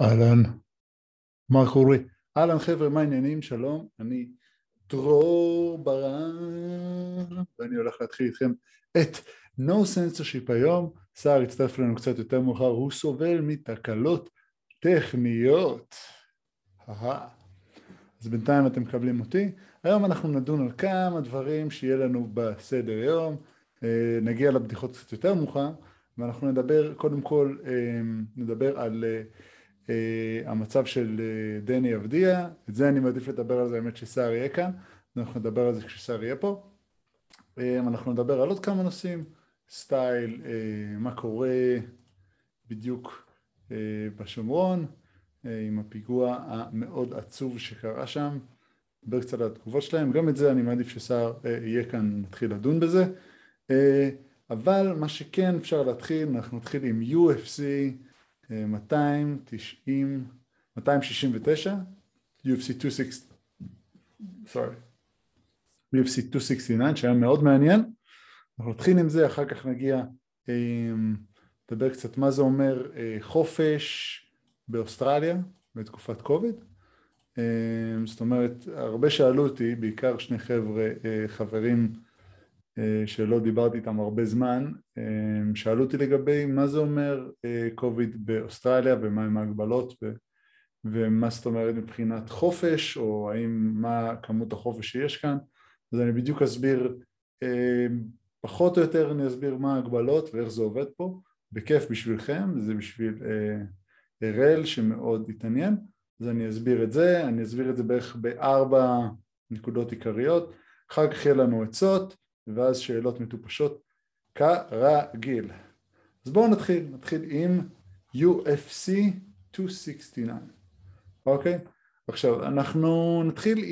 אהלן, מה קורה? אהלן חבר'ה, מה העניינים? שלום, אני דרור ברן, ואני הולך להתחיל איתכם את No Censorship היום. סער הצטרף לנו קצת יותר מאוחר, הוא סובל מתקלות טכניות. אז בינתיים אתם מקבלים אותי. היום אנחנו נדון על כמה דברים שיהיה לנו בסדר יום, נגיע לבדיחות קצת יותר מאוחר, ואנחנו נדבר, קודם כל נדבר על המצב של דני אבדיה. את זה אני מעדיף לדבר על זה, האמת שסער יהיה כאן, אנחנו נדבר על זה כשסער יהיה פה. אנחנו נדבר על עוד כמה נושאים, סטייל, מה קורה בדיוק בשומרון, עם הפיגוע המאוד עצוב שקרה שם, נדבר קצת על התגובות שלהם, גם את זה אני מעדיף שסער יהיה כאן, נתחיל לדון בזה. אבל מה שכן אפשר להתחיל, אנחנו נתחיל עם UFC 269, UFC 269, שהיה מאוד מעניין. אנחנו נתחיל עם זה, אחר כך נגיע לדבר קצת מה זה אומר חופש באוסטרליה בתקופת קוביד. זאת אומרת, הרבה שאלו אותי, בעיקר שני חברים שלא דיברתי איתם הרבה זמן, שאלו אותי לגבי מה זה אומר קוביד באוסטרליה ומה עם ההגבלות ומה זאת אומרת מבחינת חופש, או מה כמות החופש שיש כאן. אז אני בדיוק אסביר, פחות או יותר אני אסביר מה ההגבלות ואיך זה עובד פה, בכיף בשבילכם, זה בשביל רל שמאוד התעניין, אז אני אסביר את זה, בערך בארבע נקודות עיקריות, אחר כך יהיה לנו עצות, ואז שאלות מטופשות כרגיל. אז בואו נתחיל עם UFC 269. אוקיי? עכשיו, אנחנו נתחיל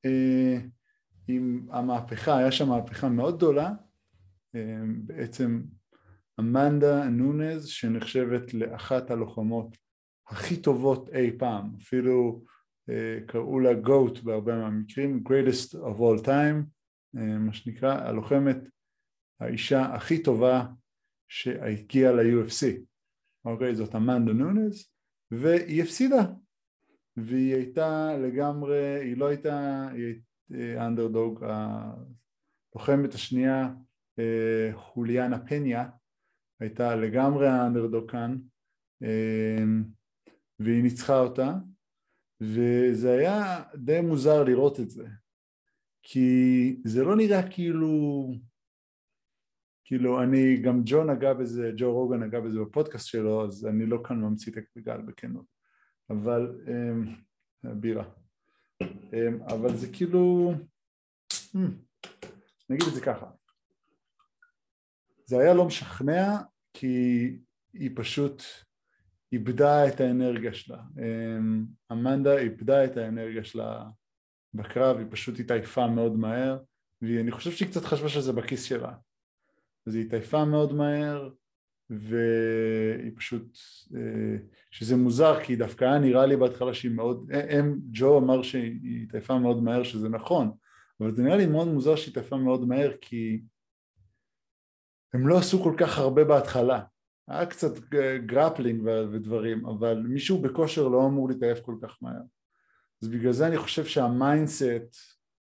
עם המהפכה, היה שם מהפכה מאוד גדולה, בעצם אמנדה נונז, שנחשבת לאחת הלוחמות הכי טובות אי פעם, אפילו קראו לה GOAT בהרבה מהמקרים, Greatest of all time, מה שנקרא, הלוחמת, האישה הכי טובה שהגיעה ל-UFC. אוקיי, זאת אמנדה נונז, והיא הפסידה. והיא הייתה לגמרי, היא לא הייתה, היא אנדרדוג, הלוחמת השנייה, חוליאנה פניה, הייתה לגמרי האנדרדוג כאן, והיא ניצחה אותה, וזה היה די מוזר לראות את זה. כי זה לא נראה כאילו אני, גם ג'ו רוגן נגע בזה בפודקאסט שלו, אז אני לא כאן ממציא את הגלגל בכנות, אבל בירה, אבל זה כאילו, נגיד את זה ככה, זה היה לא משכנע, כי היא פשוט איבדה את האנרגיה שלה, אמנדה איבדה את האנרגיה שלה בקרב, היא פשוט התעייפה מאוד מהר, ואני חושב שהיא קצת חשבה שזה בכיס שלה, אז היא התעייפה מאוד מהר, והיא פשוט, שזה מוזר, כי דווקא היה נראה לי בהתחלה שהיא מאוד, ג'ו אמר שהיא התעייפה מאוד מהר, שזה נכון, אבל זה נראה לי מאוד מוזר שהיא התעייפה מאוד מהר, כי הם לא עשו כל כך הרבה בהתחלה, היה קצת גרפלינג ודברים, אבל מישהו בכושר לא אמור להתעייף כל כך מהר. אז בגלל זה אני חושב שהמיינדסט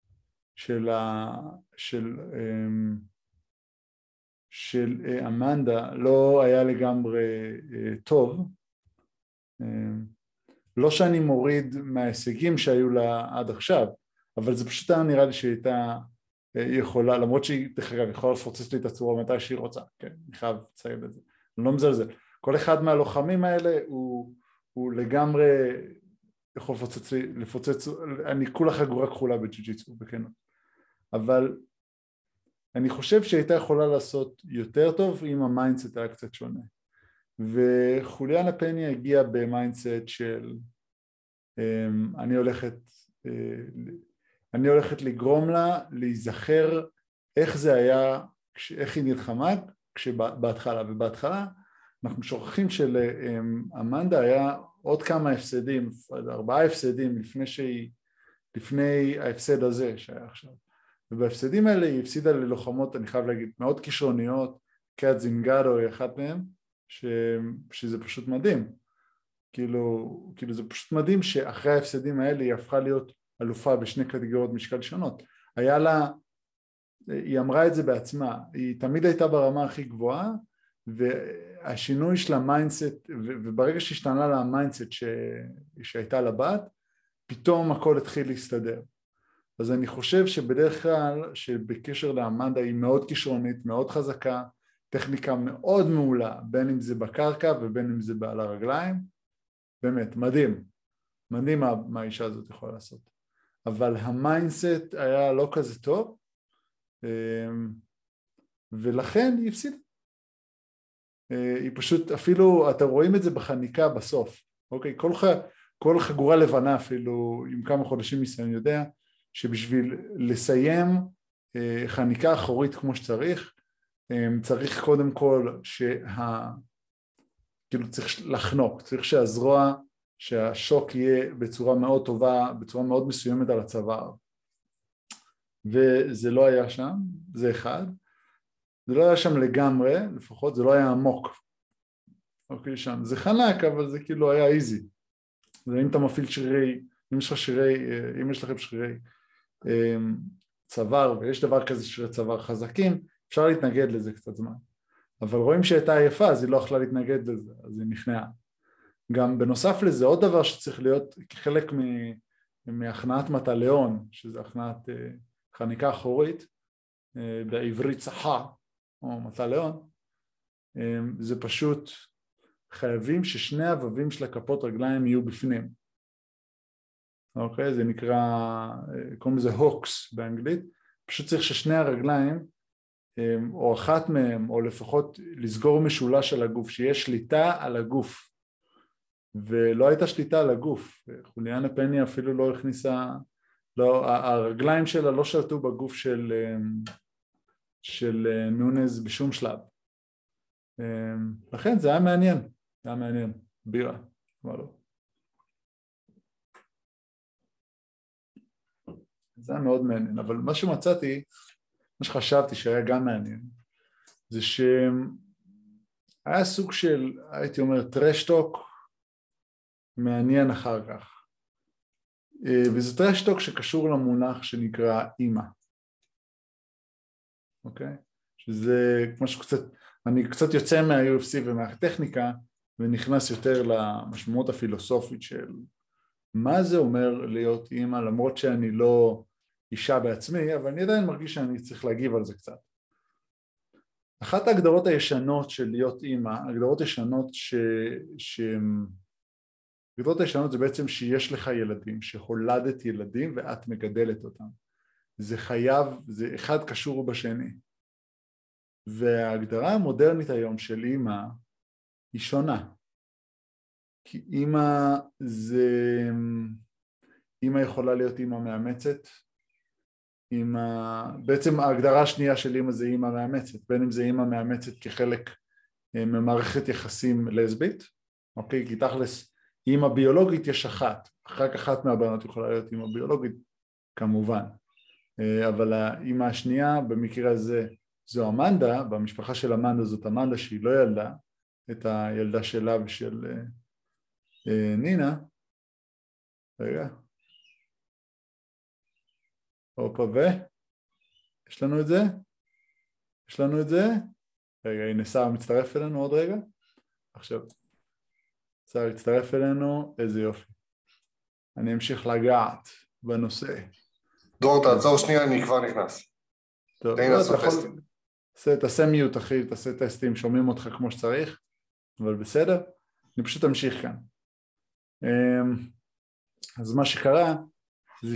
של אמנדה לא היה לגמרי טוב. לא שאני מוריד מההישגים שהיו לה עד עכשיו, אבל זה פשוט היה נראה לי שהיא הייתה יכולה, למרות שהיא יכולה לפוצץ לי את הצורה מתי שהיא רוצה, כן, אני חייב לציין את זה, אני לא מזלזל. כל אחד מהלוחמים האלה הוא לגמרי יכול לפוצץ, אני כולה חגורה כחולה בג'יוג'יטסו, בכנות. אבל אני חושב שהייתה יכולה לעשות יותר טוב אם המיינדסט היה קצת שונה. וחוליאנה פניה הגיעה במיינדסט של אני הולכת לגרום לה להיזכר איך זה היה, איך היא נלחמה בהתחלה, ובהתחלה אנחנו שוכחים שלאמנדה היה עוד כמה הפסדים, 4 הפסדים לפני ההפסד הזה שהיה עכשיו. ובהפסדים האלה היא הפסידה ללוחמות, אני חייב להגיד, מאוד כישרוניות, קאט זינגאדו היא אחת מהן, שזה פשוט מדהים. כאילו זה פשוט מדהים שאחרי ההפסדים האלה היא הפכה להיות אלופה בשני קטגוריות משקל שונות. היה לה, היא אמרה את זה בעצמה, היא תמיד הייתה ברמה הכי גבוהה, והשינוי של המיינדסט, וברגע שהשתנה לה המיינדסט שהייתה לבת, פתאום הכל התחיל להסתדר. אז אני חושב שבדרך כלל, שבקשר לאמנדה היא מאוד כישרונית, מאוד חזקה, טכניקה מאוד מעולה, בין אם זה בקרקע ובין אם זה על הרגליים, באמת, מדהים, מדהים מה האישה הזאת יכולה לעשות. אבל המיינדסט היה לא כזה טוב, ולכן היא הפסידה. היא פשוט, אפילו, אתם רואים את זה בחניקה בסוף, אוקיי? כל חגורה לבנה אפילו, עם כמה חודשים ניסיון יודע, שבשביל לסיים חניקה אחורית כמו שצריך, צריך קודם כל כאילו צריך לחנוק, צריך שהזרוע, שהשוק יהיה בצורה מאוד טובה, בצורה מאוד מסוימת על הצוואר. וזה לא היה שם, זה אחד. זה לא היה שם לגמרי, לפחות זה לא היה עמוק. אוקיי, שם. זה חנק, אבל זה כאילו היה איזי. ואם אתה מפעיל שרירי, אם יש לכם שרירי צוואר, ויש דבר כזה שרירי צוואר חזקים, אפשר להתנגד לזה קצת זמן. אבל רואים שהייתה עייפה, אז היא לא יכלה להתנגד לזה, אז היא נכנעה. גם בנוסף לזה, עוד דבר שצריך להיות כחלק מהכנעת מטליון, שזה הכנעת חניקה אחורית, בעברית צחה, או מטליון, זה פשוט חייבים ששני הבבים של הכפות רגליים יהיו בפנים. אוקיי? זה נקרא, קוראים לזה הוקס באנגלית, פשוט צריך ששני הרגליים, או אחת מהם, או לפחות לסגור משולש על הגוף, שיש שליטה על הגוף. ולא הייתה שליטה על הגוף, חוליאנה פני אפילו לא הכניסה, לא, הרגליים שלה לא שלטו בגוף של נונז בשום שלב. לכן זה היה מעניין, זה היה מעניין, בירה, מה לא. זה היה מאוד מעניין, אבל מה שמצאתי, מה שחשבתי שהיה גם מעניין, זה שהיה סוג של, הייתי אומר, טרשטוק מעניין אחר כך. וזה טרשטוק שקשור למונח שנקרא אימא. אוקיי? שזה משהו קצת, אני קצת יוצא מה-UFC ומהטכניקה, ונכנס יותר למשמעות הפילוסופית של מה זה אומר להיות אימא, למרות שאני לא אישה בעצמי, אבל אני עדיין מרגיש שאני צריך להגיב על זה קצת. אחת ההגדרות הישנות של להיות אימא, הגדרות ישנות הגדרות הישנות זה בעצם שיש לך ילדים, שהולדת ילדים ואת מגדלת אותם. זה חייב, זה אחד קשור בשני. וההגדרה המודרנית היום של אימא היא שונה. כי אימא יכולה להיות אימא מאמצת, בעצם ההגדרה השנייה של אימא זה אימא מאמצת, בין אם זה אימא מאמצת כחלק ממערכת יחסים לסבית, אוקיי? כי תכלס אימא ביולוגית יש רק אחת מהבנות יכולה להיות אימא ביולוגית כמובן, אבל האימא השנייה במקרה הזה זו אמנדה, במשפחה של אמנדה זאת אמנדה שהיא לא ילדה את הילדה שלה ושל נינה. רגע, הופה יש לנו את זה, רגע, הנה שר מצטרף אלינו עוד רגע, עכשיו שר יצטרף אלינו, איזה יופי, אני אמשיך לגעת בנושא. דור תעצור שנייה, אני כבר נכנס. טוב, תעשה מיוט אחי, תעשה טסטים, שומעים אותך כמו שצריך, אבל בסדר, אני פשוט אמשיך כאן. אז מה שקרה זה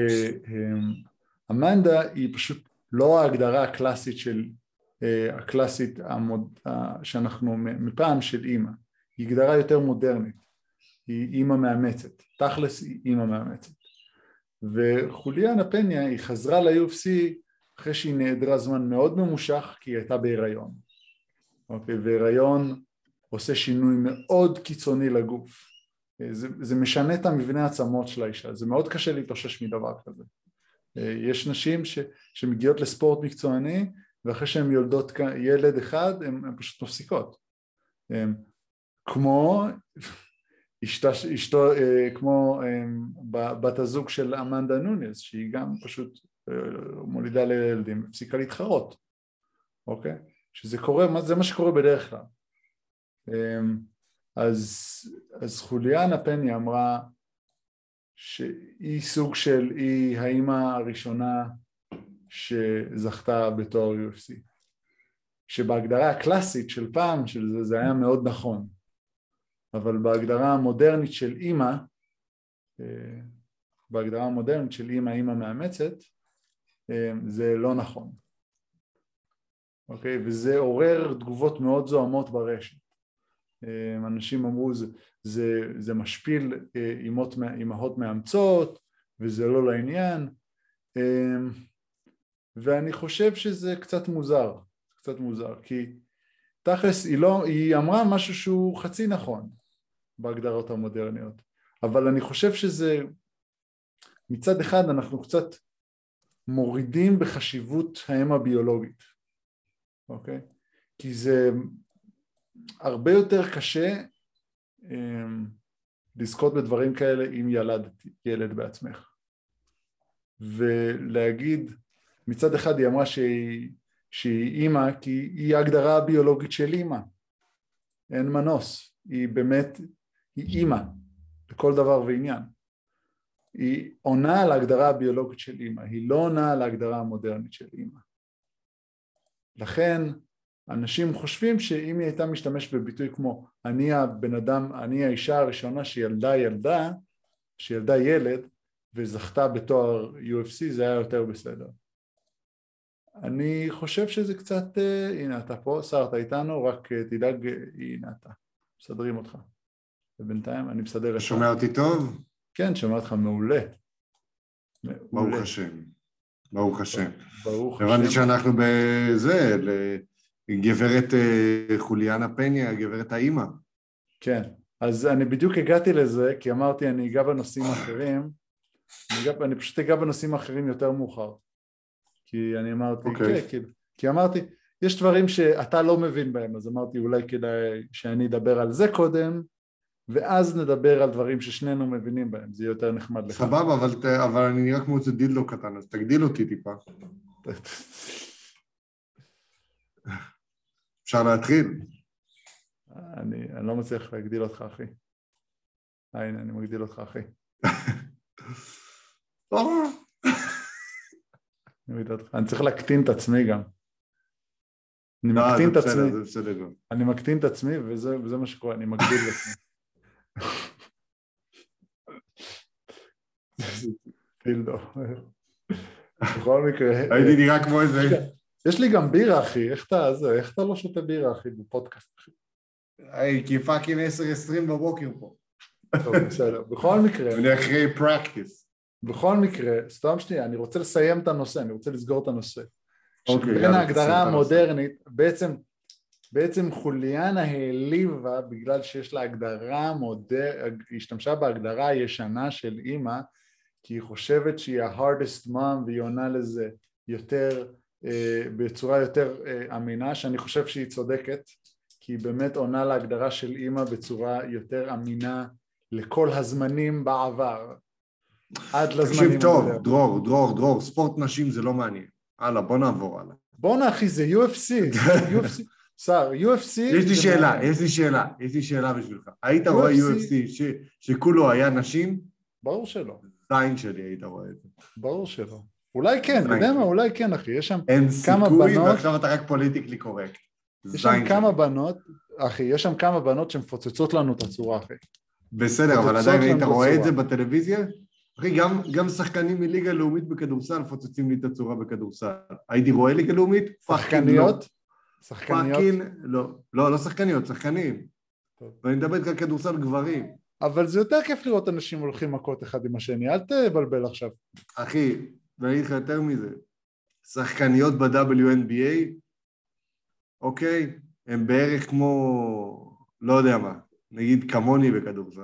שאמנדה היא פשוט לא ההגדרה הקלאסית שאנחנו מפעם של אימא, היא הגדרה יותר מודרנית, היא אימא מאמצת, תכלס היא אימא מאמצת. וחוליאנה פניה היא חזרה ל-UFC אחרי שהיא נעדרה זמן מאוד ממושך כי היא הייתה בהיריון. אוקיי, והיריון עושה שינוי מאוד קיצוני לגוף. זה משנה את המבנה העצמות של האישה, זה מאוד קשה להתאושש מדבר כזה. יש נשים שמגיעות לספורט מקצועני, ואחרי שהן יולדות ילד אחד, הן פשוט מפסיקות. כמו אשתו כמו בת הזוג של אמנדה נוניז, שהיא גם פשוט מולידה לילדים, הפסיקה להתחרות, אוקיי? שזה קורה, זה מה שקורה בדרך כלל. אז חוליאנה פני אמרה שהיא סוג של, היא האמא הראשונה שזכתה בתואר UFC. שבהגדרה הקלאסית של פעם של זה היה מאוד נכון. אבל בהגדרה המודרנית של אמא, אמא מאמצת, זה לא נכון. אוקיי? וזה עורר תגובות מאוד זוהמות ברשת. אנשים אמרו, זה משפיל אמהות מאמצות, וזה לא לעניין. ואני חושב שזה קצת מוזר, כי תכלס היא אמרה משהו שהוא חצי נכון בהגדרות המודרניות, אבל אני חושב שזה, מצד אחד אנחנו קצת מורידים בחשיבות האם הביולוגית, אוקיי? כי זה הרבה יותר קשה לזכות בדברים כאלה אם ילדת ילד בעצמך. ולהגיד, מצד אחד היא אמרה שהיא אימא, כי היא ההגדרה הביולוגית של אימא. אין מנוס. היא באמת, היא אימא, לכל דבר ועניין. היא עונה על ההגדרה הביולוגית של אימא, היא לא עונה על ההגדרה המודרנית של אימא. לכן, אנשים חושבים שאם היא הייתה משתמש בביטוי כמו אני האישה הראשונה שילדה ילד וזכתה בתואר UFC, זה היה יותר בסדר. אני חושב שזה קצת, הנה אתה פה, שר, אתה איתנו, רק תדאג, הנה אתה, מסדרים אותך. ובינתיים אני מסדר את... שומע אותי טוב? כן, שומע אותך מעולה. ברוך השם. ברוך השם. ברוך השם. הבנתי שאנחנו בזה, לגברת חוליאנה פניה, הגברת האימא. כן, אז אני בדיוק הגעתי לזה, כי אמרתי אני אגע בנושאים אחרים, אני פשוט אגע בנושאים אחרים יותר מאוחר. כי אני אמרתי, כי אמרתי, יש דברים שאתה לא מבין בהם, אז אמרתי אולי כדאי שאני אדבר על זה קודם, ואז נדבר על דברים ששנינו מבינים בהם, זה יותר נחמד לך. סבבה, אבל אני נראה כמו איזה דילדו קטן, אז תגדיל אותי טיפה. אפשר להתחיל? אני לא מצליח להגדיל אותך, אחי. הנה, אני מגדיל אותך, אחי. אני צריך להקטין את עצמי גם. אני מקטין את עצמי. זה בסדר גם. אני מקטין את עצמי, וזה מה שקורה, אני מגדיל את עצמי. דילדו. בכל מקרה... הייתי נראה כמו איזה... יש לי גם בירה, אחי. איך אתה לא שותה בירה, אחי, בפודקאסט, אחי? כי פאקינג 10:20 בבוקר פה. טוב, בסדר. בכל מקרה... אני אחרי פרקטיס. בכל מקרה, סתם שנייה, אני רוצה לסיים את הנושא, אני רוצה לסגור את הנושא. אוקיי, בין ההגדרה המודרנית, בעצם חוליאנה העליבה בגלל שיש לה הגדרה היא השתמשה בהגדרה הישנה של אימא, כי היא חושבת שהיא ה-hardest mom, והיא עונה לזה יותר, בצורה יותר אמינה, שאני חושב שהיא צודקת, כי היא באמת עונה להגדרה של אימא בצורה יותר אמינה לכל הזמנים בעבר. עד לזמנים. תקשיב טוב, דרור, ספורט נשים זה לא מעניין. הלאה, בוא נעבור הלאה. בוא אחי, זה UFC. שר, UFC... יש לי שאלה בשבילך. היית רואה UFC שכולו היה נשים? ברור שלא. זין שלי היית רואה את זה. ברור שלא. אולי כן, אתה יודע מה? אולי כן, אחי. יש שם כמה בנות... אין סיכוי, ועכשיו אתה רק פוליטיקלי קורקט. יש שם כמה בנות, אחי, יש שם כמה בנות שמפוצצות לנו את הצורה, אחי. בסדר, אבל עדיין היית רואה את זה בטלוויזיה? אחי, גם שחקנים מליגה לאומית בכדורסל פוצצים לי את הצורה בכדורסל. הייתי רואה ליגה לאומית? שחקניות? פאקינג, לא שחקניות, שחקנים. ואני מדבר איתך על כדורסל גברים. אבל זה יותר כיף לראות אנשים הולכים מכות אחד עם השני, אל תבלבל עכשיו. אחי, ואני אגיד לך יותר מזה, שחקניות ב-WNBA, אוקיי, הם בערך כמו, לא יודע מה, נגיד כמוני בכדורסל.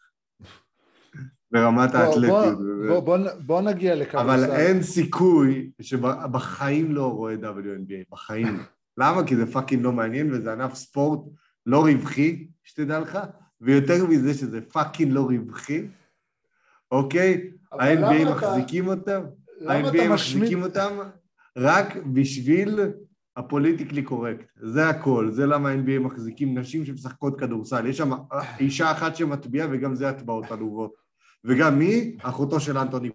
ברמת האתלטיות. בוא נגיע לכדורסל. אבל אין סיכוי שבחיים לא רואה WNBA, בחיים. למה? כי זה פאקינג לא מעניין, וזה ענף ספורט לא רווחי, שתדע לך, ויותר מזה שזה פאקינג לא רווחי, אוקיי? ה-NBA מחזיקים אותם, ה-NBA מחזיקים אותם רק בשביל הפוליטיקלי קורקט. זה הכל, זה למה ה-NBA מחזיקים נשים שמשחקות כדורסל. יש שם אישה אחת שמטביעה וגם זה הטבעות עלובות. וגם מי? אחותו של אנטוני.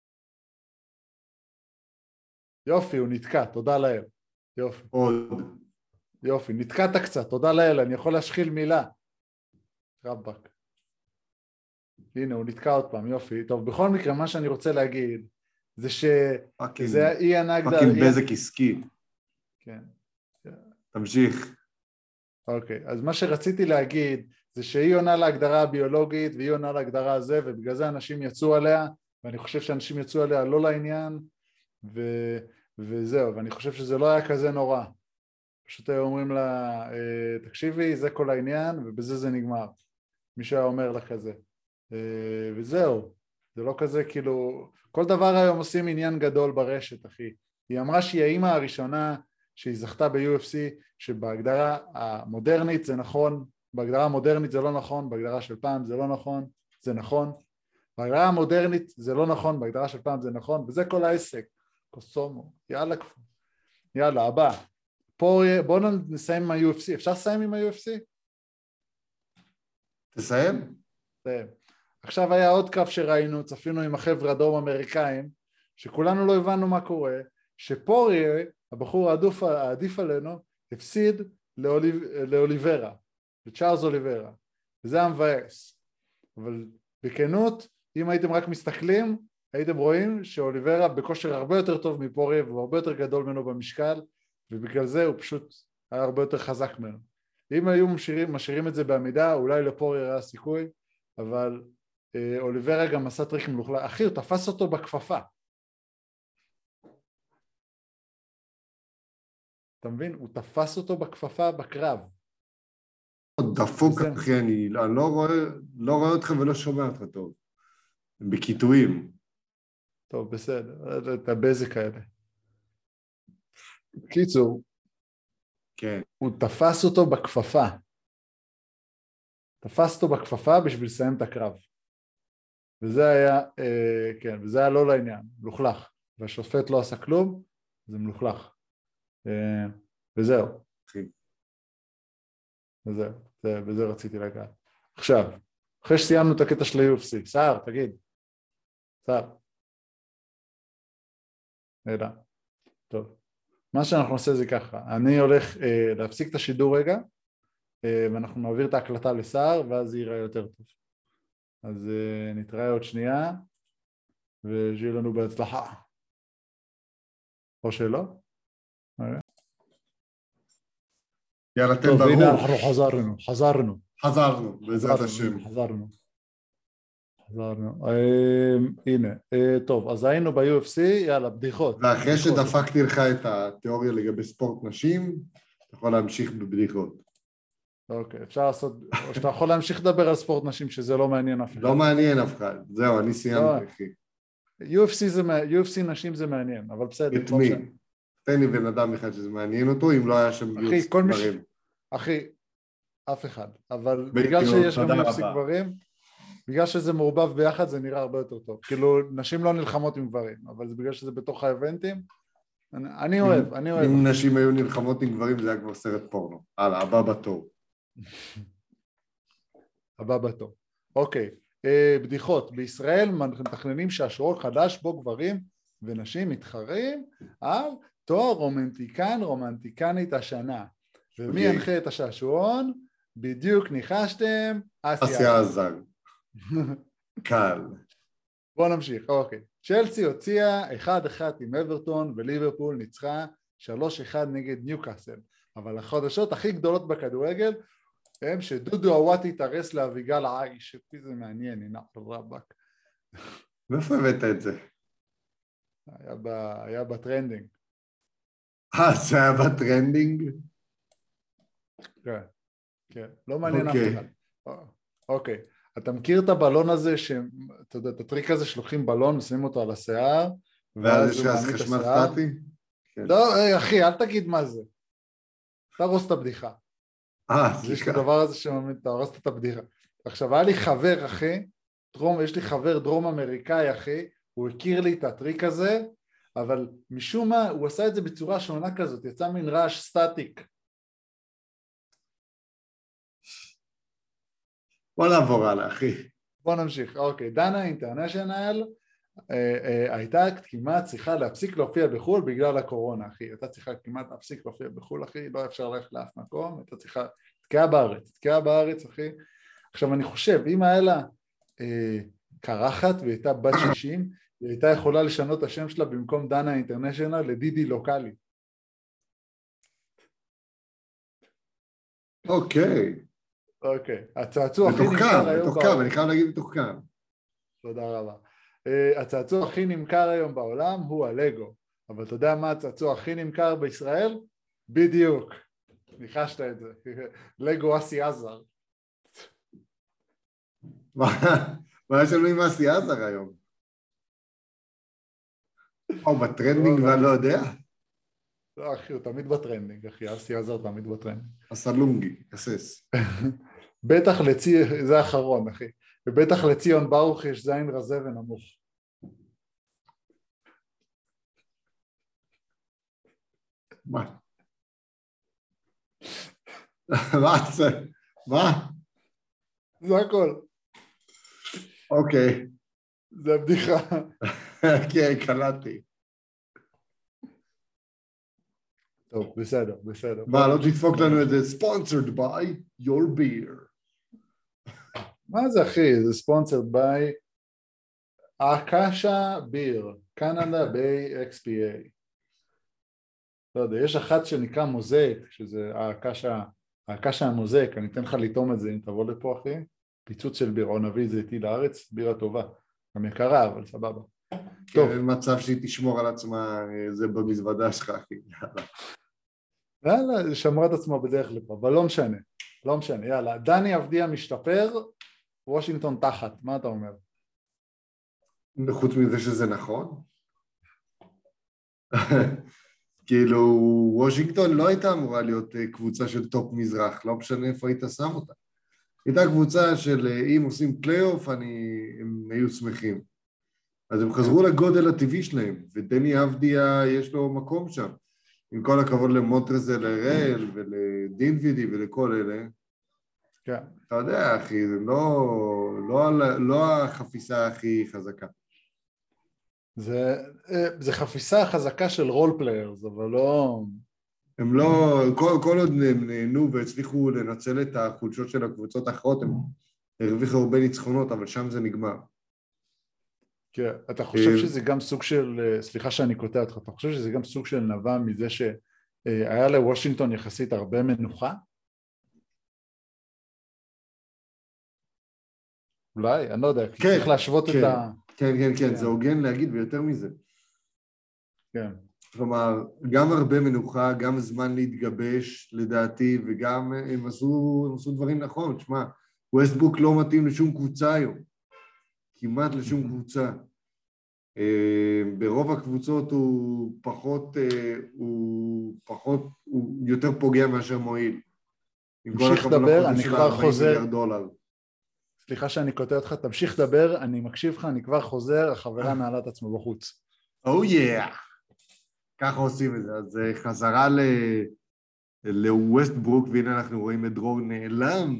יופי, הוא נתקע, תודה לאל. יופי. עוד. יופי, נתקעת קצת, תודה לאל, אני יכול להשחיל מילה. רבק. הנה, הוא נתקע עוד פעם, יופי. טוב, בכל מקרה, מה שאני רוצה להגיד, זה שזה אי הנגדה... פאקינג בזק עסקי. כן. תמשיך. אוקיי, אז מה שרציתי להגיד, זה שהיא עונה להגדרה הביולוגית, והיא עונה להגדרה הזה, ובגלל זה אנשים יצאו עליה, ואני חושב שאנשים יצאו עליה לא לעניין, וזהו, ואני חושב שזה לא היה כזה נורא. פשוט היו אומרים לה, תקשיבי, זה כל העניין, ובזה זה נגמר. מישהו היה אומר לה כזה. וזהו, זה לא כזה כאילו, כל דבר היום עושים עניין גדול ברשת, אחי. היא אמרה שהיא האמא הראשונה שהיא זכתה ב-UFC, שבהגדרה המודרנית זה נכון, בהגדרה המודרנית זה לא נכון, בהגדרה של פעם זה לא נכון, זה נכון. בהגדרה המודרנית זה לא נכון, בהגדרה של פעם זה נכון, וזה כל העסק. קוסומו, יאללה כפו. יאללה, הבא. פה בואו נסיים עם ה-UFC. אפשר לסיים עם ה-UFC? תסיים. תסיים. עכשיו היה עוד קרב שראינו, צפינו עם החבר'ה הדרום אמריקאים, שכולנו לא הבנו מה קורה, שפוריה, הבחור העדיף עלינו, הפסיד לאוליברה, לצ'ארלס אוליברה, וזה המבאס. אבל בכנות, אם הייתם רק מסתכלים, הייתם רואים שאוליברה בכושר הרבה יותר טוב מפוריה, והוא הרבה יותר גדול ממנו במשקל, ובגלל זה הוא פשוט היה הרבה יותר חזק ממנו. אם היו משאירים את זה בעמידה, אולי לפוריה היה סיכוי, אבל אוליברה גם עשה טריק מלוכלך. אחי, הוא תפס אותו בכפפה. אתה מבין? הוא תפס אותו בכפפה בקרב. דפוק, אחי, אני לא רואה אותך ולא שומע אותך טוב. בכיתויים. טוב, בסדר. אתה בזק כאלה. קיצור. כן. הוא תפס אותו בכפפה. תפס אותו בכפפה בשביל לסיים את הקרב. וזה היה, כן, וזה היה לא לעניין, מלוכלך. והשופט לא עשה כלום, זה מלוכלך. וזהו. וזה רציתי לגעת. עכשיו, אחרי שסיימנו את הקטע של ה-UFC, סער, תגיד. סער. אלא. טוב. מה שאנחנו נעשה זה ככה, אני הולך להפסיק את השידור רגע, ואנחנו נעביר את ההקלטה לסער, ואז זה ייראה יותר טוב. אז נתראה עוד שנייה, ושיהיה לנו בהצלחה. או שלא? יאללה, תן ברור. טוב, הנה אנחנו חזרנו, בעזרת השם. חזרנו. הנה, טוב, אז היינו ב-UFC, יאללה, בדיחות. ואחרי שדפקתי לך את התיאוריה לגבי ספורט נשים, אתה יכול להמשיך בבדיחות. אוקיי, אפשר לעשות, או שאתה יכול להמשיך לדבר על ספורט נשים, שזה לא מעניין אף אחד. לא מעניין אף אחד, זהו, אני סיימתי, אחי. UFC נשים זה מעניין, אבל בסדר. את מי? תן לי בן אדם אחד שזה מעניין אותו, אם לא היה שם גיוס גברים. אחי, אף אחד, אבל בגלל שיש גם UFC גברים, בגלל שזה מעורבב ביחד זה נראה הרבה יותר טוב. כאילו, נשים לא נלחמות עם גברים, אבל זה בגלל שזה בתוך האבנטים. אני אוהב. אם נשים היו נלחמות עם גברים, זה היה כבר סרט פורנו. הלאה, הבא בתור. הבא בתור. אוקיי, בדיחות. בישראל מתכננים שהשרוק חדש בו גברים ונשים מתחרים על תואר רומנטיקנית השנה. ומי ינחה את השעשועון? בדיוק ניחשתם, אסיה עזר. קל. בואו נמשיך, אוקיי. צ'לסי הוציאה 1-1 עם אברטון וליברפול ניצחה 3-1 נגד ניוקאסל. אבל החדשות הכי גדולות בכדורגל הם שדודו אוואטי התארס לאביגל עייש, שפי זה מעניין, הנה רבק. מאיפה הבאת את זה? היה בטרנדינג. זה היה בטרנדינג? כן, כן, לא מעניין אף אחד. אוקיי, אתה מכיר את הבלון הזה, אתה יודע, את הטריק הזה שלוקחים בלון ושמים אותו על השיער, ואז יש לך חשמל סטטי? לא, אחי, אל תגיד מה זה. תהרוס את הבדיחה. סליחה. יש את הדבר הזה שמאמין, תהרסת את הבדיחה. עכשיו, היה לי חבר, אחי, יש לי חבר דרום אמריקאי, אחי, הוא הכיר לי את הטריק הזה, אבל משום מה הוא עשה את זה בצורה שונה כזאת, יצא מין רעש סטטיק. בוא נעבור הלאה, אחי. בוא נמשיך. אוקיי, דנה אינטרנשיונל הייתה כמעט צריכה להפסיק להופיע בחול בגלל הקורונה, אחי. הייתה צריכה כמעט להפסיק להופיע בחול, אחי, לא אפשר ללכת לאף מקום, הייתה צריכה, תתקעה בארץ, אחי. עכשיו אני חושב, אם היה לה קרחת והיא הייתה בת 60, היא הייתה יכולה לשנות את השם שלה במקום דנה אינטרנשיונל לדידי לוקלי. אוקיי. אוקיי, הצעצוע הכי נמכר היום בתוך כמה, אני חייב להגיד בתוך כמה. תודה רבה. הצעצוע הכי נמכר היום בעולם הוא הלגו, אבל אתה יודע מה הצעצוע הכי נמכר בישראל? בדיוק, ניחשת את זה, לגו אסי עזר. מה יש לנו עם אסי עזר היום? הוא בטרנדינג ואני לא יודע? לא אחי, הוא תמיד בטרנדינג, אחי, אסי עזר תמיד בטרנדינג. הסלונגי, כסס. בטח זה האחרון, אחי. ובטח לציון ברוך יש זין רזה ונמוך. מה? מה זה? מה? זה הכל. אוקיי. זה הבדיחה. כן, קלטתי. טוב, בסדר. מה, לא תדפוק לנו את זה? Sponsored by your beer. מה זה אחי? זה sponsored by אקשה ביר, קנדה ביי XPA. לא יודע, יש אחת שנקרא מוזאיק, שזה האקשה המוזאיק, אני אתן לך לטעום את זה אם תבוא לפה אחי, פיצוץ של ביר, או נביא את זה איתי לארץ, בירה טובה, גם יקרה אבל סבבה. טוב. אין מצב שהיא תשמור על עצמה, זה במזוודה שלך אחי. יאללה, שמרה את עצמה בדרך לפה, אבל לא משנה, יאללה, דני אבדיה משתפר, וושינגטון תחת, מה אתה אומר? חוץ מזה שזה נכון? כאילו, וושינגטון לא הייתה אמורה להיות קבוצה של טופ מזרח, לא משנה איפה היית שם אותה. הייתה קבוצה של אם עושים פלייאוף, הם היו שמחים. אז הם חזרו לגודל הטבעי שלהם, ודני אבדיה יש לו מקום שם. עם כל הכבוד למונטרזל הראל ולדין וידי ולכל אלה. כן. אתה יודע, אחי, זה לא החפיסה הכי חזקה. זה חפיסה חזקה של רול פליירס, אבל לא... הם לא, כל עוד הם נהנו והצליחו לנצל את החולשות של הקבוצות האחרות, הם הרוויחו הרבה ניצחונות, אבל שם זה נגמר. כן, אתה חושב שזה גם סוג של, סליחה שאני קוטע אותך, אתה חושב שזה גם סוג של נבע מזה שהיה לוושינגטון יחסית הרבה מנוחה? אולי, אני לא יודע, כי צריך להשוות את ה... כן, זה הוגן להגיד ויותר מזה. כן. כלומר, גם הרבה מנוחה, גם זמן להתגבש לדעתי, וגם הם עשו דברים נכון. תשמע, ווסטברוק לא מתאים לשום קבוצה היום, כמעט לשום קבוצה. ברוב הקבוצות הוא יותר פוגע מאשר מועיל. תמשיך לדבר, אני כבר חוזר. סליחה שאני קוטע אותך, תמשיך לדבר, אני מקשיב לך, אני כבר חוזר, החברה נעלה את עצמו בחוץ. ככה עושים את זה. אז חזרה לווסטברוק, והנה אנחנו רואים את דרור נעלם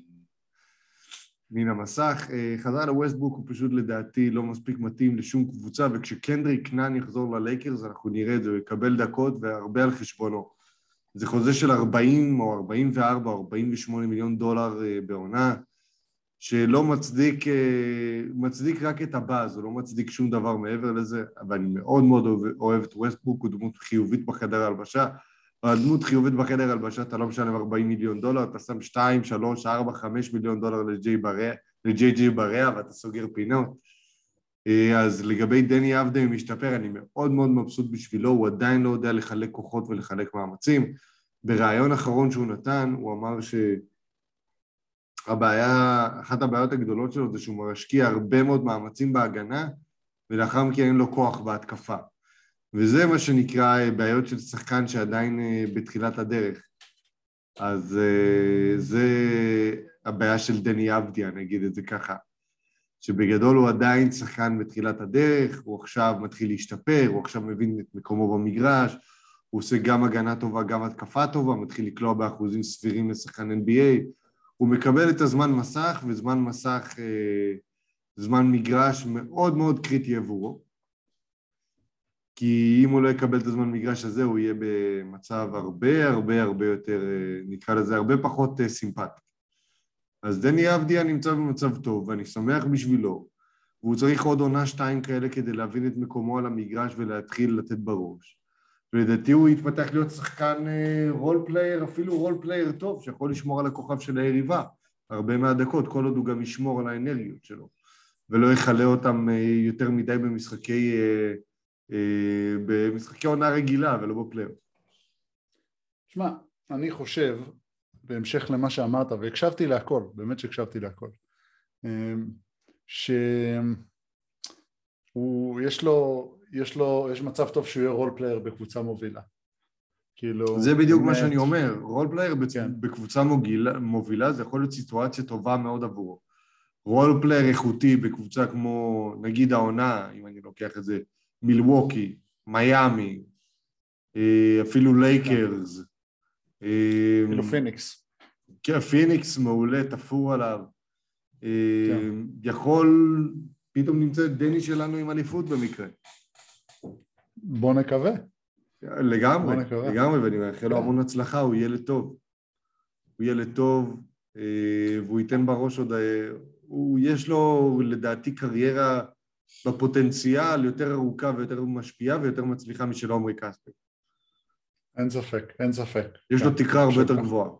מן המסך. חזרה לווסטברוק הוא פשוט לדעתי לא מספיק מתאים לשום קבוצה, וכשקנדריק נאן יחזור ללייקרס אנחנו נראה את זה, הוא יקבל דקות והרבה על חשבונו. זה חוזה של 40 או 44 או 48 מיליון דולר בעונה, שלא מצדיק רק את הבאז, הוא לא מצדיק שום דבר מעבר לזה, אבל אני מאוד מאוד אוהב את ווסטברוק, הוא דמות חיובית בחדר הלבשה, הדמות חיובית בחדר הלבשה, אתה לא משלם 40 מיליון דולר, אתה שם 2, 3, 4, 5 מיליון דולר לג'יי בריאה, ואתה סוגר פינות. אז לגבי דני אבדיה משתפר, אני מאוד מאוד מבסוט בשבילו, הוא עדיין לא יודע לחלק כוחות ולחלק מאמצים. ברעיון האחרון שהוא נתן, הוא אמר אחת הבעיות הגדולות שלו זה שהוא משקיע הרבה מאוד מאמצים בהגנה, ולאחר מכן אין לו כוח בהתקפה. וזה מה שנקרא בעיות של שחקן שעדיין בתחילת הדרך. אז הבעיה של דני אבדיה, נגיד את זה ככה, שבגדול הוא עדיין שחקן בתחילת הדרך, הוא עכשיו מתחיל להשתפר, הוא עכשיו מבין את מקומו במגרש, הוא עושה גם הגנה טובה, גם התקפה טובה, מתחיל לקלוע באחוזים סבירים לשחקן NBA, הוא מקבל את הזמן מסך, וזמן מסך, זמן מגרש מאוד מאוד קריטי עבורו, כי אם הוא לא יקבל את הזמן מגרש הזה, הוא יהיה במצב הרבה יותר, נקרא לזה, הרבה פחות סימפטי. אז דני אבדיה נמצא במצב טוב, ואני שמח בשבילו, והוא צריך עוד עונה 2 כאלה כדי להבין את מקומו על המגרש ולהתחיל לתת בראש. ולדעתי הוא יתפתח להיות שחקן רול פלייר, אפילו רול פלייר טוב, שיכול לשמור על הכוכב של היריבה, הרבה מהדקות, כל עוד הוא גם ישמור על האנרגיות שלו, ולא יחלה אותם יותר מדי במשחקי עונה רגילה ולא בפלייר. שמע, אני חושב, בהמשך למה שאמרת, והקשבתי להכל, באמת שהקשבתי להכל, יש מצב טוב שהוא יהיה רול פלייר בקבוצה מובילה. כאילו, זה בדיוק מה שאני אומר, רול פלייר בקבוצה מובילה זה יכול להיות סיטואציה טובה מאוד עבורו. רול פלייר איכותי בקבוצה כמו נגיד העונה, אם אני לוקח את זה, מילווקי, מיאמי, אפילו לייקרס, אפילו פיניקס. כן, פיניקס מעולה, תפור עליו. יכול, פתאום נמצא את דני שלנו עם אליפות במקרה. בוא נקווה. לגמרי, ואני מאחל לו המון הצלחה, הוא ילד טוב. הוא ילד טוב, והוא ייתן בראש עוד, יש לו לדעתי קריירה בפוטנציאל יותר ארוכה ויותר משפיעה ויותר מצליחה משל עומרי כספי. אין ספק. יש לו תקרה הרבה יותר גבוהה.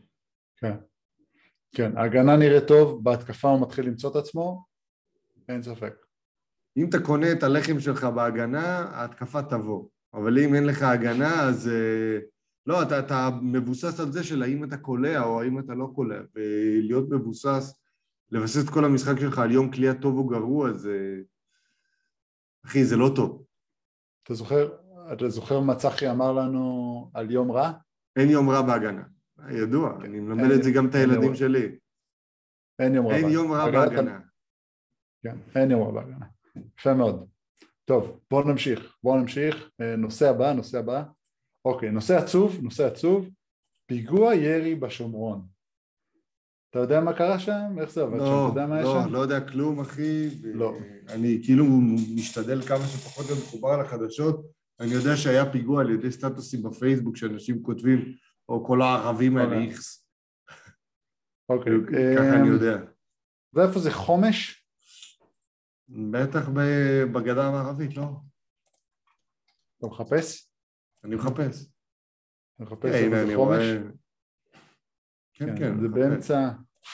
כן, ההגנה נראה טוב, בהתקפה הוא מתחיל למצוא את עצמו, אין ספק. אם אתה קונה את הלחם שלך בהגנה, ההתקפה תבוא. אבל אם אין לך הגנה, אז לא, אתה מבוסס על זה של האם אתה קולע או האם אתה לא קולע, ולהיות מבוסס, לבסס את כל המשחק שלך על יום קליעה טוב או גרוע, זה... אחי, זה לא טוב. אתה זוכר מה צחי אמר לנו על יום רע? אין יום רע בהגנה. ידוע, אני מלמד את זה גם את הילדים שלי. אין יום רע בהגנה. כן, אין יום רע בהגנה. יפה מאוד. טוב, בואו נמשיך. נושא הבא. אוקיי, נושא עצוב. פיגוע ירי בשומרון. אתה יודע מה קרה שם? איך זה עבד שם? אתה יודע מה היה שם? לא יודע כלום, אחי. לא. אני כאילו משתדל כמה שפחות להיות מחובר על החדשות. אני יודע שהיה פיגוע על ידי סטטוסים בפייסבוק שאנשים כותבים, או כל הערבים האלה איכס. אוקיי. ככה אני יודע. ואיפה זה, חומש? בטח בגדה המערבית, לא? אתה מחפש? אני מחפש. אתה מחפש איפה זה חומש? כן. זה באמצע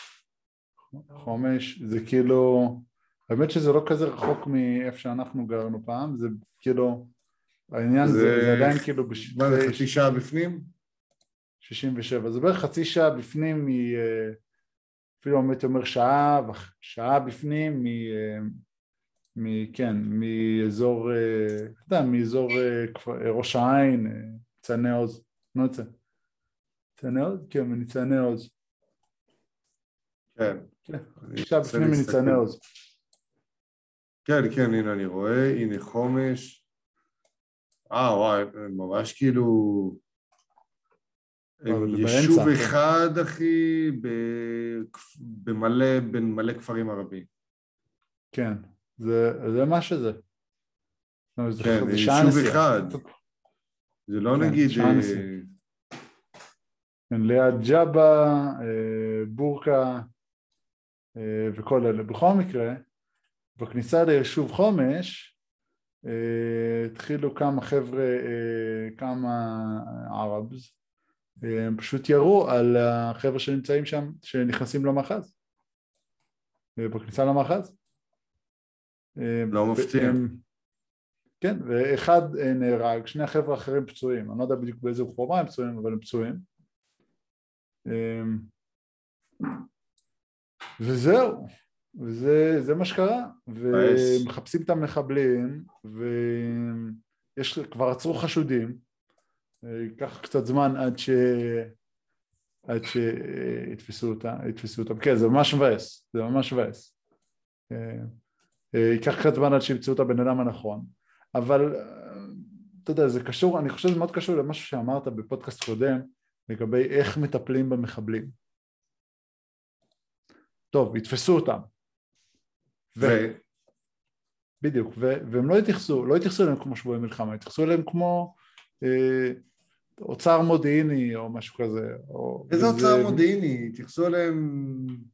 חומש, זה כאילו, האמת שזה לא כזה רחוק מאיפה שאנחנו גרנו פעם, זה כאילו, העניין זה עדיין כאילו מה זה, חצי שעה בפנים? 67, זה בערך חצי שעה בפנים, אפילו הייתי אומר שעה בפנים, מאזור, אתה יודע, מאזור ראש העין, ניצני עוז, ניצני עוז? כן, מניצני עוז. כן. שעה בפנים מניצני עוז. כן, הנה אני רואה, הנה חומש. וואי, ממש כאילו... יישוב אחד, אחי, בין מלא כפרים ערבים. כן, זה מה שזה. כן, יישוב אחד. זה לא נגיד... ליד ג'אבה, בורקה וכל אלה. בכל מקרה, בכניסה ליישוב חומש, התחילו כמה חבר'ה, כמה ערבס, הם פשוט ירו על החבר'ה שנמצאים שם, שנכנסים למאחז. בכניסה למאחז. לא מפתיע. כן, ואחד נהרג, שני החבר'ה אחרים פצועים. אני לא יודע בדיוק באיזה חומה הם פצועים, אבל הם פצועים. וזהו, וזה מה שקרה. ומחפשים את המחבלים, כבר עצרו חשודים. ייקח קצת זמן עד שיתפסו אותם. כן, זה ממש מבאס, זה ממש מבאס. ייקח קצת זמן עד שימצאו את הבן אדם הנכון, אבל אתה יודע, זה קשור, אני חושב שזה מאוד קשור למשהו שאמרת בפודקאסט קודם, לגבי איך מטפלים במחבלים. טוב, יתפסו אותם. בדיוק, והם לא יתייחסו אליהם כמו שבועי מלחמה, יתייחסו אליהם כמו אוצר מודיעיני או משהו כזה. איזה אוצר מודיעיני? יתייחסו אליהם,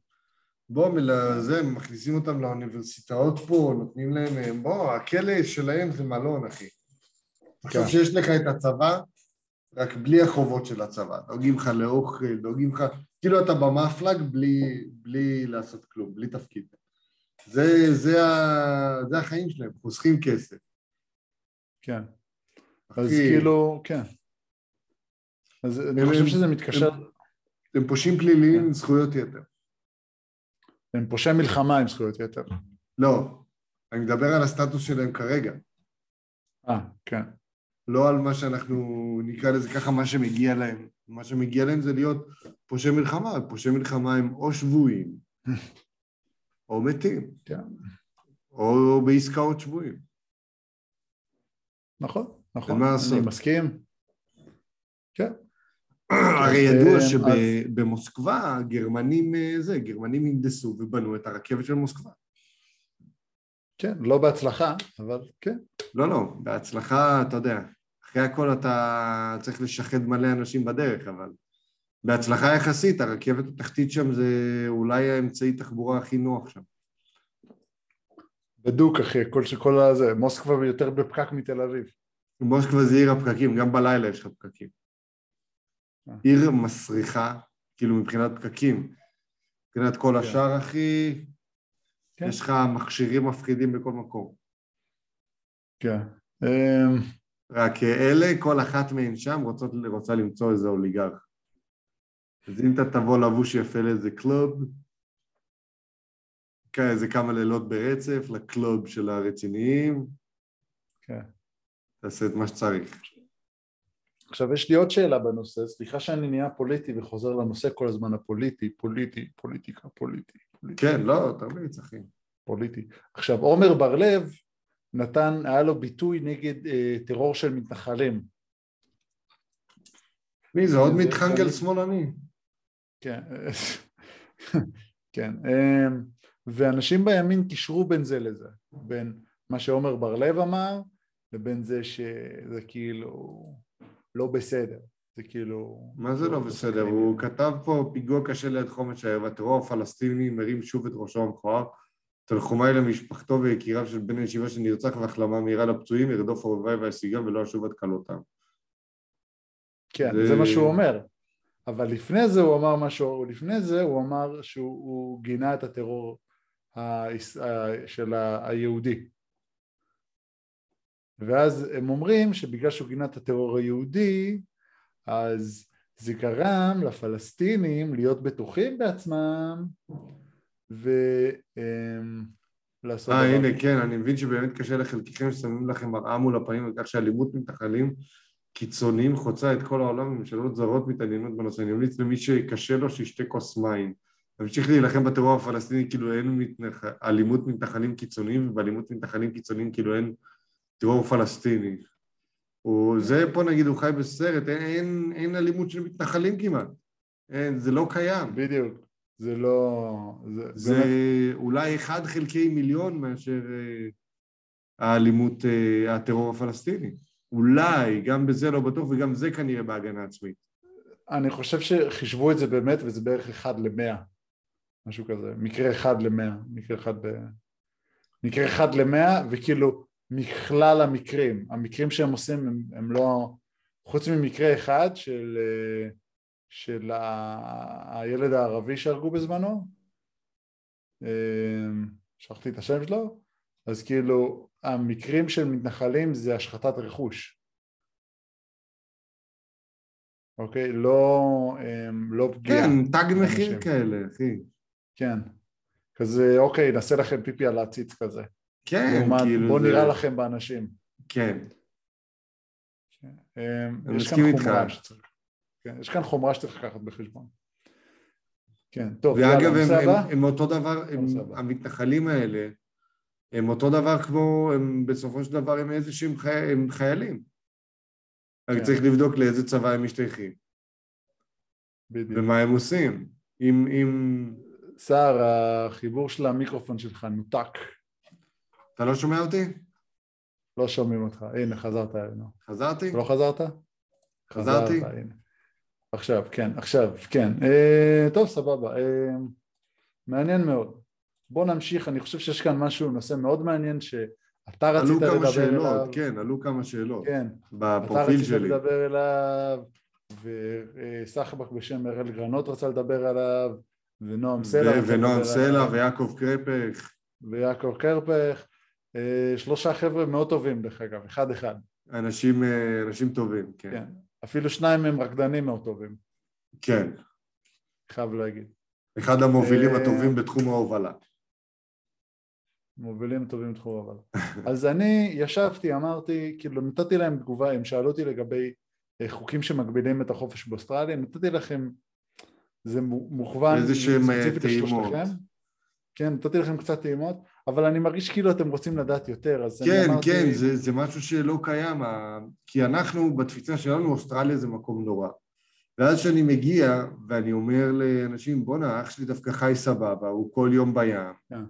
זה, מכניסים אותם לאוניברסיטאות פה, נותנים להם, הכלא שלהם זה מלון, אחי. עכשיו שיש לך את הצבא, רק בלי החובות של הצבא, דואגים לך לאוכל, דואגים לך, כאילו אתה במפלג בלי לעשות כלום, בלי תפקיד. זה החיים שלהם, חוסכים כסף. כן. אז כאילו, כן. אז אני חושב שזה מתקשר... הם פושעים פליליים עם זכויות יתר. הם פושעי מלחמה עם זכויות יתר. לא, אני מדבר על הסטטוס שלהם כרגע. כן. לא על מה שאנחנו נקרא לזה ככה, מה שמגיע להם. מה שמגיע להם זה להיות פושעי מלחמה. פושעי מלחמה הם או שבויים, או מתים. כן. או בעסקאות שבויים. נכון. אני מסכים. כן. הרי ידוע שבמוסקבה גרמנים הנדסו ובנו את הרכבת של מוסקבה. כן, לא בהצלחה, אבל כן. לא, בהצלחה, אתה יודע, אחרי הכל אתה צריך לשחד מלא אנשים בדרך, אבל בהצלחה יחסית, הרכבת התחתית שם זה אולי האמצעי תחבורה הכי נוח שם. בדוק, אחי, כל הזה, מוסקבה יותר בפקק מתל אביב. מוסקבה זה עיר הפקקים, גם בלילה יש לך פקקים. עיר מסריחה, כאילו מבחינת פקקים, מבחינת כל השאר, אחי, יש לך מכשירים מפחידים בכל מקום. כן. רק אלה, כל אחת מהן שם רוצה למצוא איזה אוליגרך. אז אם אתה תבוא לבוש יפה לאיזה קלוב, איזה כמה לילות ברצף, לקלוב של הרציניים, תעשה את מה שצריך. עכשיו יש לי עוד שאלה בנושא, סליחה שאני נהיה פוליטי וחוזר לנושא כל הזמן הפוליטי, פוליטיקה. כן, לא, תרביץ, אחי. פוליטי. עכשיו, עומר בר-לב היה לו ביטוי נגד טרור של מתנחלים. מי זה? עוד מתחנגל שמאלני. כן, כן. ואנשים בימין קישרו בין זה לזה, בין מה שעומר בר-לב אמר, לבין זה שזה כאילו לא בסדר. זה כאילו... מה זה לא בסדר? הוא כתב פה פיגוע קשה ליד חומש הערב, הטרור הפלסטיני מרים שוב את ראשו המכוער, תנחומיי למשפחתו ויקיריו של בן הישיבה שנרצח והחלמה מהירה לפצועים, ירדוף אויביי והשיגם ולא אשוב עד כלותם. כן, זה מה שהוא אומר. אבל לפני זה הוא אמר משהו, לפני זה הוא אמר שהוא גינה את הטרור של היהודי. ואז הם אומרים שבגלל שהוא גינה את הטרור היהודי, אז זה גרם לפלסטינים להיות בטוחים בעצמם, ולעשות... הנה, כן, אני מבין שבאמת קשה לחלקיכם ששמים לכם מראה מול הפנים, וכך שאלימות מתנחלים קיצוניים חוצה את כל העולם, וממשלות זרות מתעניינות בנושא. אני ממליץ למי שקשה לו שישתה כוס מים. תמשיך להילחם בטרור הפלסטיני כאילו אין אלימות מתנחלים קיצוניים, ובאלימות מתנחלים קיצוניים כאילו אין טרור פלסטיני. זה פה נגיד הוא חי בסרט, אין אלימות של מתנחלים כמעט. זה לא קיים. בדיוק. זה לא... זה אולי 1/1,000,000 מאשר האלימות, הטרור הפלסטיני. אולי, גם בזה לא בטוח, וגם זה כנראה בהגנה עצמית. אני חושב שחישבו את זה באמת, וזה בערך 1/100, משהו כזה, מקרה 1/100, מקרה 1/100, וכאילו מכלל המקרים שהם עושים הם לא, חוץ ממקרה אחד של הילד הערבי שהרגו בזמנו, שכחתי את השם שלו, אז כאילו המקרים של מתנחלים זה השחתת רכוש. אוקיי? לא פגיעה. כן, תג מחיר כאלה, אחי. כן. כזה, אוקיי, נעשה לכם פיפי על הציץ כזה. כן, כאילו בוא נראה לכם באנשים. כן. יש כאן חומרה שצריך. כן, יש כאן חומרה שצריך לקחת בחשבון. כן, טוב, ואגב, נושא הבא. הם אותו דבר, המתנחלים האלה, הם אותו דבר כמו, הם בסופו של דבר הם איזשהם חיילים. רק צריך לבדוק לאיזה צבא הם משתייכים. בדיוק. ומה הם עושים. סער, החיבור של המיקרופון שלך נותק. אתה לא שומע אותי? לא שומעים אותך. הנה, חזרת אלינו. חזרתי? לא חזרת? חזרתי? חזרת, הנה. עכשיו, כן. טוב, סבבה. מעניין מאוד. בוא נמשיך, אני חושב שיש כאן משהו, נושא מאוד מעניין שאתה רצית לדבר אליו. כן, עלו כמה שאלות. כן. בפרופיל שלי. אתה רצית לדבר אליו, וסחבק בשם אראל גרנות רצה לדבר עליו, ונועם סלע רצה לדבר עליו. ונועם סלע ויעקב קרפך. 3 חבר'ה מאוד טובים דרך אגב, אחד. אנשים טובים, כן. כן. אפילו 2 הם רקדנים מאוד טובים. כן. חייב להגיד. אחד המובילים הטובים בתחום ההובלה. מובילים טובים בתחום ההובלה. אז אני ישבתי, אמרתי, כאילו נתתי להם תגובה, הם שאלו אותי לגבי חוקים שמגבילים את החופש באוסטרליה, נתתי לכם, זה מוכוון ספציפית לשלושתכם. כן, נתתי לכם קצת טעימות, אבל אני מרגיש כאילו אתם רוצים לדעת יותר, אז כן, אני אמרתי... כן, זה משהו שלא קיים, כי אנחנו, בתפיסה שלנו, אוסטרליה זה מקום נורא. ואז שאני מגיע, ואני אומר לאנשים, בונה, אח שלי דווקא חי סבבה, הוא כל יום בים. כן.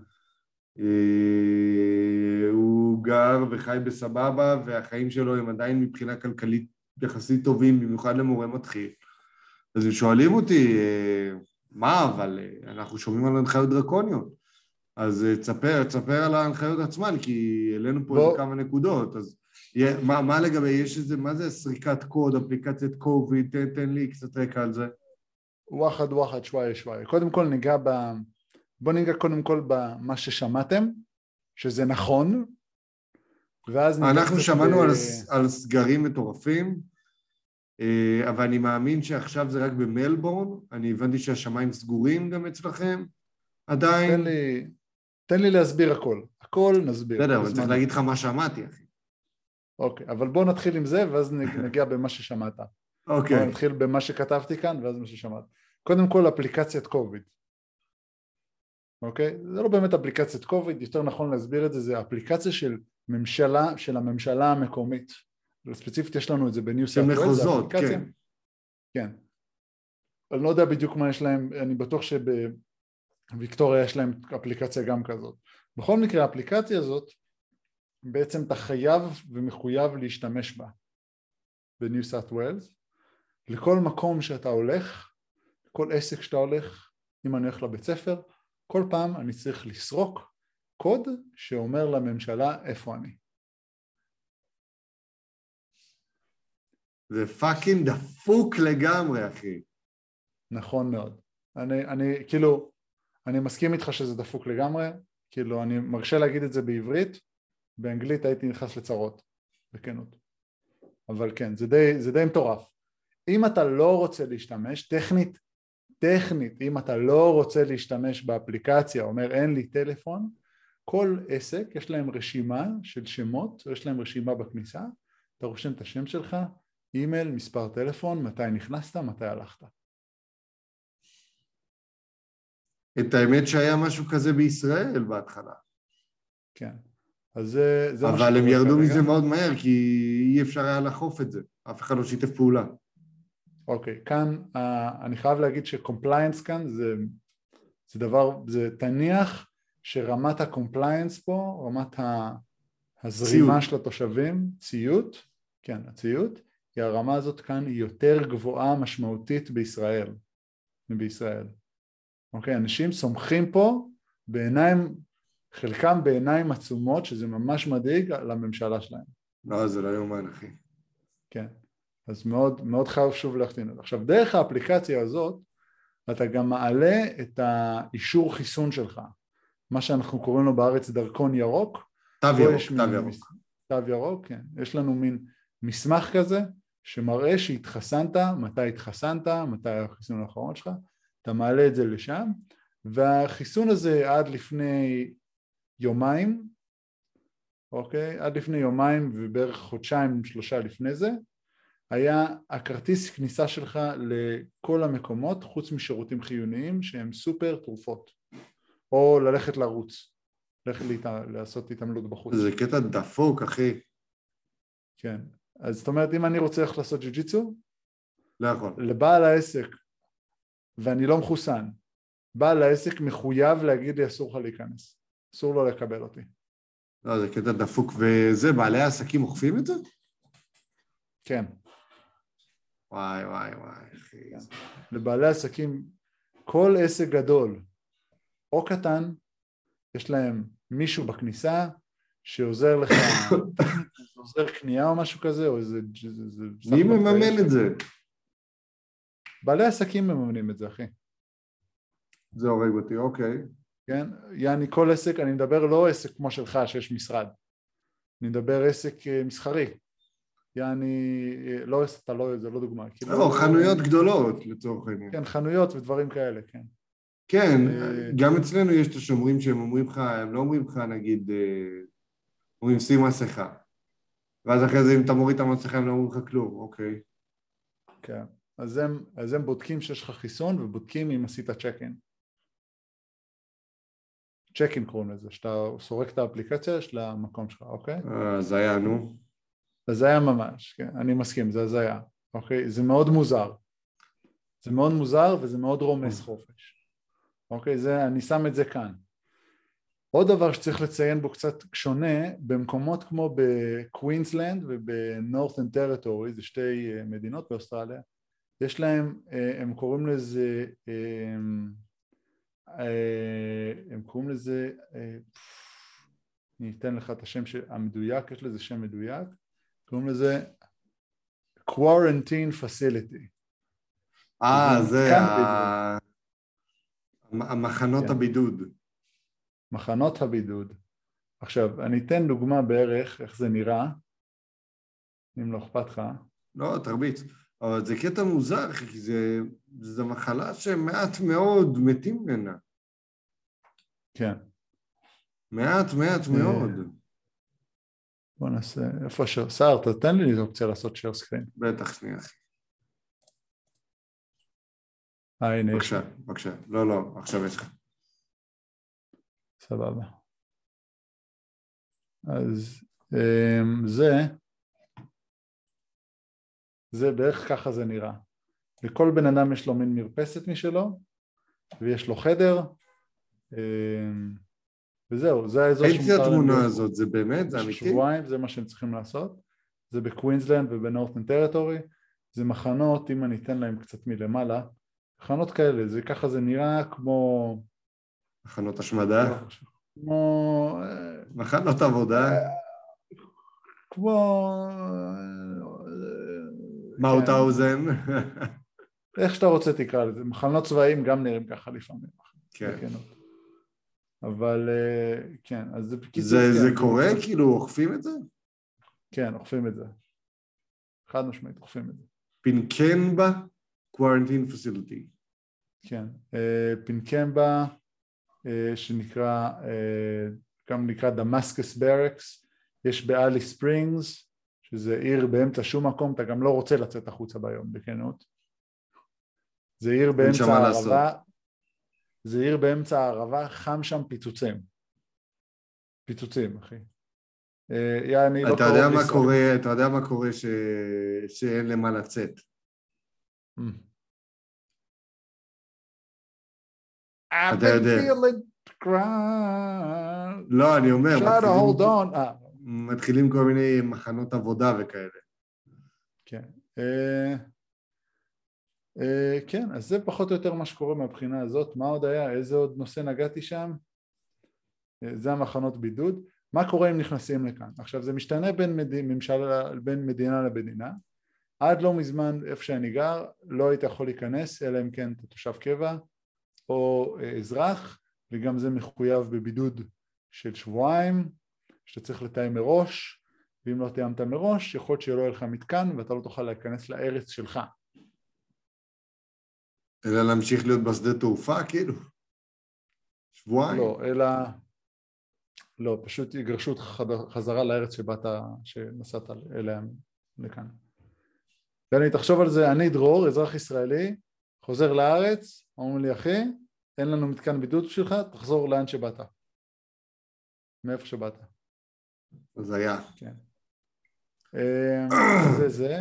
הוא גר וחי בסבבה, והחיים שלו הם עדיין מבחינה כלכלית יחסית טובים, במיוחד למורה מתחיל. אז הם שואלים אותי, מה, אבל אנחנו שומעים על הנחיות דרקוניות. אז תספר על ההנחיות עצמן, כי העלינו פה איזה כמה נקודות. אז מה לגבי, יש איזה, מה זה סריקת קוד, אפליקציית קוביד, תן לי קצת רקע על זה. וואחד, שוואי. קודם כל בוא ניגע קודם כל במה ששמעתם, שזה נכון, ואז אנחנו שמענו על סגרים מטורפים, אבל אני מאמין שעכשיו זה רק במלבורן, אני הבנתי שהשמיים סגורים גם אצלכם, עדיין. תן לי להסביר הכל נסביר. בסדר, אבל צריך להגיד לך מה שמעתי, אחי. אוקיי, אבל בוא נתחיל עם זה, ואז נגיע במה ששמעת. אוקיי. בוא נתחיל במה שכתבתי כאן, ואז מה ששמעת. קודם כל, אפליקציית קוביד. אוקיי? זה לא באמת אפליקציית קוביד, יותר נכון להסביר את זה, זה אפליקציה של הממשלה המקומית. ספציפית יש לנו את זה בניו סאות' ווילס. של מחוזות, כן. כן. אני לא יודע בדיוק מה יש להם, אני בטוח שבוויקטוריה יש להם אפליקציה גם כזאת. בכל מקרה, האפליקציה הזאת, בעצם אתה חייב ומחויב להשתמש בה בניו סאות' ווילס. לכל מקום שאתה הולך, כל עסק שאתה הולך, אם אני הולך לבית ספר, כל פעם אני צריך לסרוק קוד שאומר לממשלה איפה אני. זה פאקינג דפוק לגמרי, אחי. נכון מאוד. אני מסכים איתך שזה דפוק לגמרי, כאילו אני מרשה להגיד את זה בעברית, באנגלית הייתי נכנס לצרות, בכנות. אבל כן, זה די מטורף. אם אתה לא רוצה להשתמש, טכנית, אם אתה לא רוצה להשתמש באפליקציה, אומר אין לי טלפון, כל עסק יש להם רשימה של שמות, יש להם רשימה בכניסה, אתה רושם את השם שלך, אימייל, מספר טלפון, מתי נכנסת, מתי הלכת. את האמת שהיה משהו כזה בישראל בהתחלה. כן. אז זה אבל הם ירדו מזה מאוד מהר, כי אי אפשר היה לחוף את זה. אף אחד לא שיתף פעולה. אוקיי, כאן אני חייב להגיד שקומפליינס כאן זה דבר, זה תניח שרמת הקומפליינס פה, רמת הזרימה של התושבים, ציות, כן, הציות, כי הרמה הזאת כאן היא יותר גבוהה משמעותית בישראל, מבישראל. אוקיי, אנשים סומכים פה בעיניים, חלקם בעיניים עצומות, שזה ממש מדאיג לממשלה שלהם. לא, זה לא יומן, אחי. כן. אז מאוד, מאוד חייב שוב להחתין. עכשיו, דרך האפליקציה הזאת, אתה גם מעלה את האישור חיסון שלך, מה שאנחנו קוראים לו בארץ דרכון ירוק. תו ירוק. תו ירוק, כן. יש לנו מין מסמך כזה, שמראה שהתחסנת, מתי החיסון האחרון שלך, אתה מעלה את זה לשם, והחיסון הזה עד לפני יומיים, אוקיי? עד לפני יומיים ובערך חודשיים, 3 לפני זה, היה הכרטיס כניסה שלך לכל המקומות, חוץ משירותים חיוניים שהם סופר תרופות, או ללכת לרוץ, ללכת לעשות התעמלות בחוץ. זה קטע דפוק, אחי. כן, אז זאת אומרת, אם אני רוצה ללכת לעשות ג'ו-ג'יצו, לא יכול. לבעל העסק, ואני לא מחוסן, בעל העסק מחויב להגיד לי אסור לך להיכנס, אסור לו לקבל אותי. לא, זה קטע דפוק, וזה, בעלי העסקים אוכפים את זה? כן. וואי, אחי. לבעלי עסקים, כל עסק גדול או קטן, יש להם מישהו בכניסה שעוזר לך, עוזר קנייה או משהו כזה, או איזה... מי מממן את זה? בעלי עסקים מממנים את זה, אחי. זה הורג אותי, אוקיי. כן? יעני כל עסק, אני מדבר לא עסק כמו שלך שיש משרד, אני מדבר עסק מסחרי. יעני, לא, זה לא דוגמה. לא, חנויות גדולות לצורך העניין. כן, חנויות ודברים כאלה, כן. כן, גם אצלנו יש את השומרים שהם אומרים לך, הם לא אומרים לך נגיד, אומרים שים מסכה. ואז אחרי זה אם אתה מוריד את המסכה הם לא אומרים לך כלום, אוקיי. כן, אז הם בודקים שיש לך חיסון ובודקים אם עשית צ'ק-אין. צ'ק-אין קוראים לזה, שאתה סורק את האפליקציה של המקום שלך, אוקיי? אז היה, נו. אז זה היה ממש, כן, אני מסכים, זה היה, אוקיי? זה מאוד מוזר. זה מאוד מוזר וזה מאוד רומס חופש. אוקיי, אני שם את זה כאן. עוד דבר שצריך לציין בו קצת שונה, במקומות כמו בקווינסלנד ובנורת'ן טריטורי, זה שתי מדינות באוסטרליה, יש להם, הם קוראים לזה, אני אתן לך את השם המדויק, יש לזה שם מדויק, קוראים לזה Quarantine Facility. זה המחנות הבידוד. מחנות הבידוד. עכשיו, אני אתן דוגמה בערך איך זה נראה, אם לא אכפת לך. לא, תרביץ. אבל זה קטע מוזר, כי זה מחלה שמעט מאוד מתים ממנה. כן. מעט מאוד. בוא נעשה, איפה שר, תתן לי אופציה לעשות share screen. בטח, שנייה. הנה. בבקשה. לא, עכשיו יש לך. סבבה. אז זה בערך ככה זה נראה. לכל בן אדם יש לו מין מרפסת משלו, ויש לו חדר, וזהו, זה האזור שמותר להם. הייתי התמונה הזאת, זה באמת, זה אמיתי? שבועיים, זה מה שהם צריכים לעשות. זה בקווינסלנד ובנורת'ן טריטורי, זה מחנות, אם אני אתן להם קצת מלמעלה, מחנות כאלה, זה ככה זה נראה כמו... מחנות השמדה? כמו... מחנות עבודה? כמו... מאוטהאוזן? איך שאתה רוצה תקרא לזה, מחנות צבאיים גם נראים ככה לפעמים. כן. אבל כן, אז זה בקיצור... זה קורה? כאילו אוכפים את זה? כן, אוכפים את זה. חד משמעית, אוכפים את זה. פינקנבה Quarantine Facility. כן, פינקנבה, שנקרא, גם נקרא דמאסקס ברקס, יש באלי ספרינגס, שזה עיר באמצע שום מקום, אתה גם לא רוצה לצאת החוצה ביום, בכנות. זה עיר באמצע הערבה, זה עיר באמצע הערבה, חם שם פיצוצים, אחי. אתה יודע מה קורה שאין למה לצאת. אתה יודע. לא, אני אומר, מתחילים כל מיני מחנות עבודה וכאלה. כן. כן, אז זה פחות או יותר מה שקורה מהבחינה הזאת. מה עוד היה? איזה עוד נושא נגעתי שם? זה המחנות בידוד. מה קורה אם נכנסים לכאן? עכשיו, זה משתנה בין מדינה למדינה. עד לא מזמן, איפה שאני גר, לא היית יכול להיכנס, אלא אם כן אתה תושב קבע או אזרח, וגם זה מחויב בבידוד של שבועיים, שאתה צריך לתאם מראש, ואם לא תאמת מראש, יכול להיות שלא יהיה לך מתקן, ואתה לא תוכל להיכנס לארץ שלך. אלא להמשיך להיות בשדה תעופה, כאילו? שבועיים? לא, פשוט יגרשו אותך חזרה לארץ שנסעת אליה לכאן. ואני תחשוב על זה, אני דרור, אזרח ישראלי, חוזר לארץ, אומרים לי, אחי, אין לנו מתקן בידוד בשבילך, תחזור לאן שבאת. מאיפה שבאת. אז היה. כן. זה.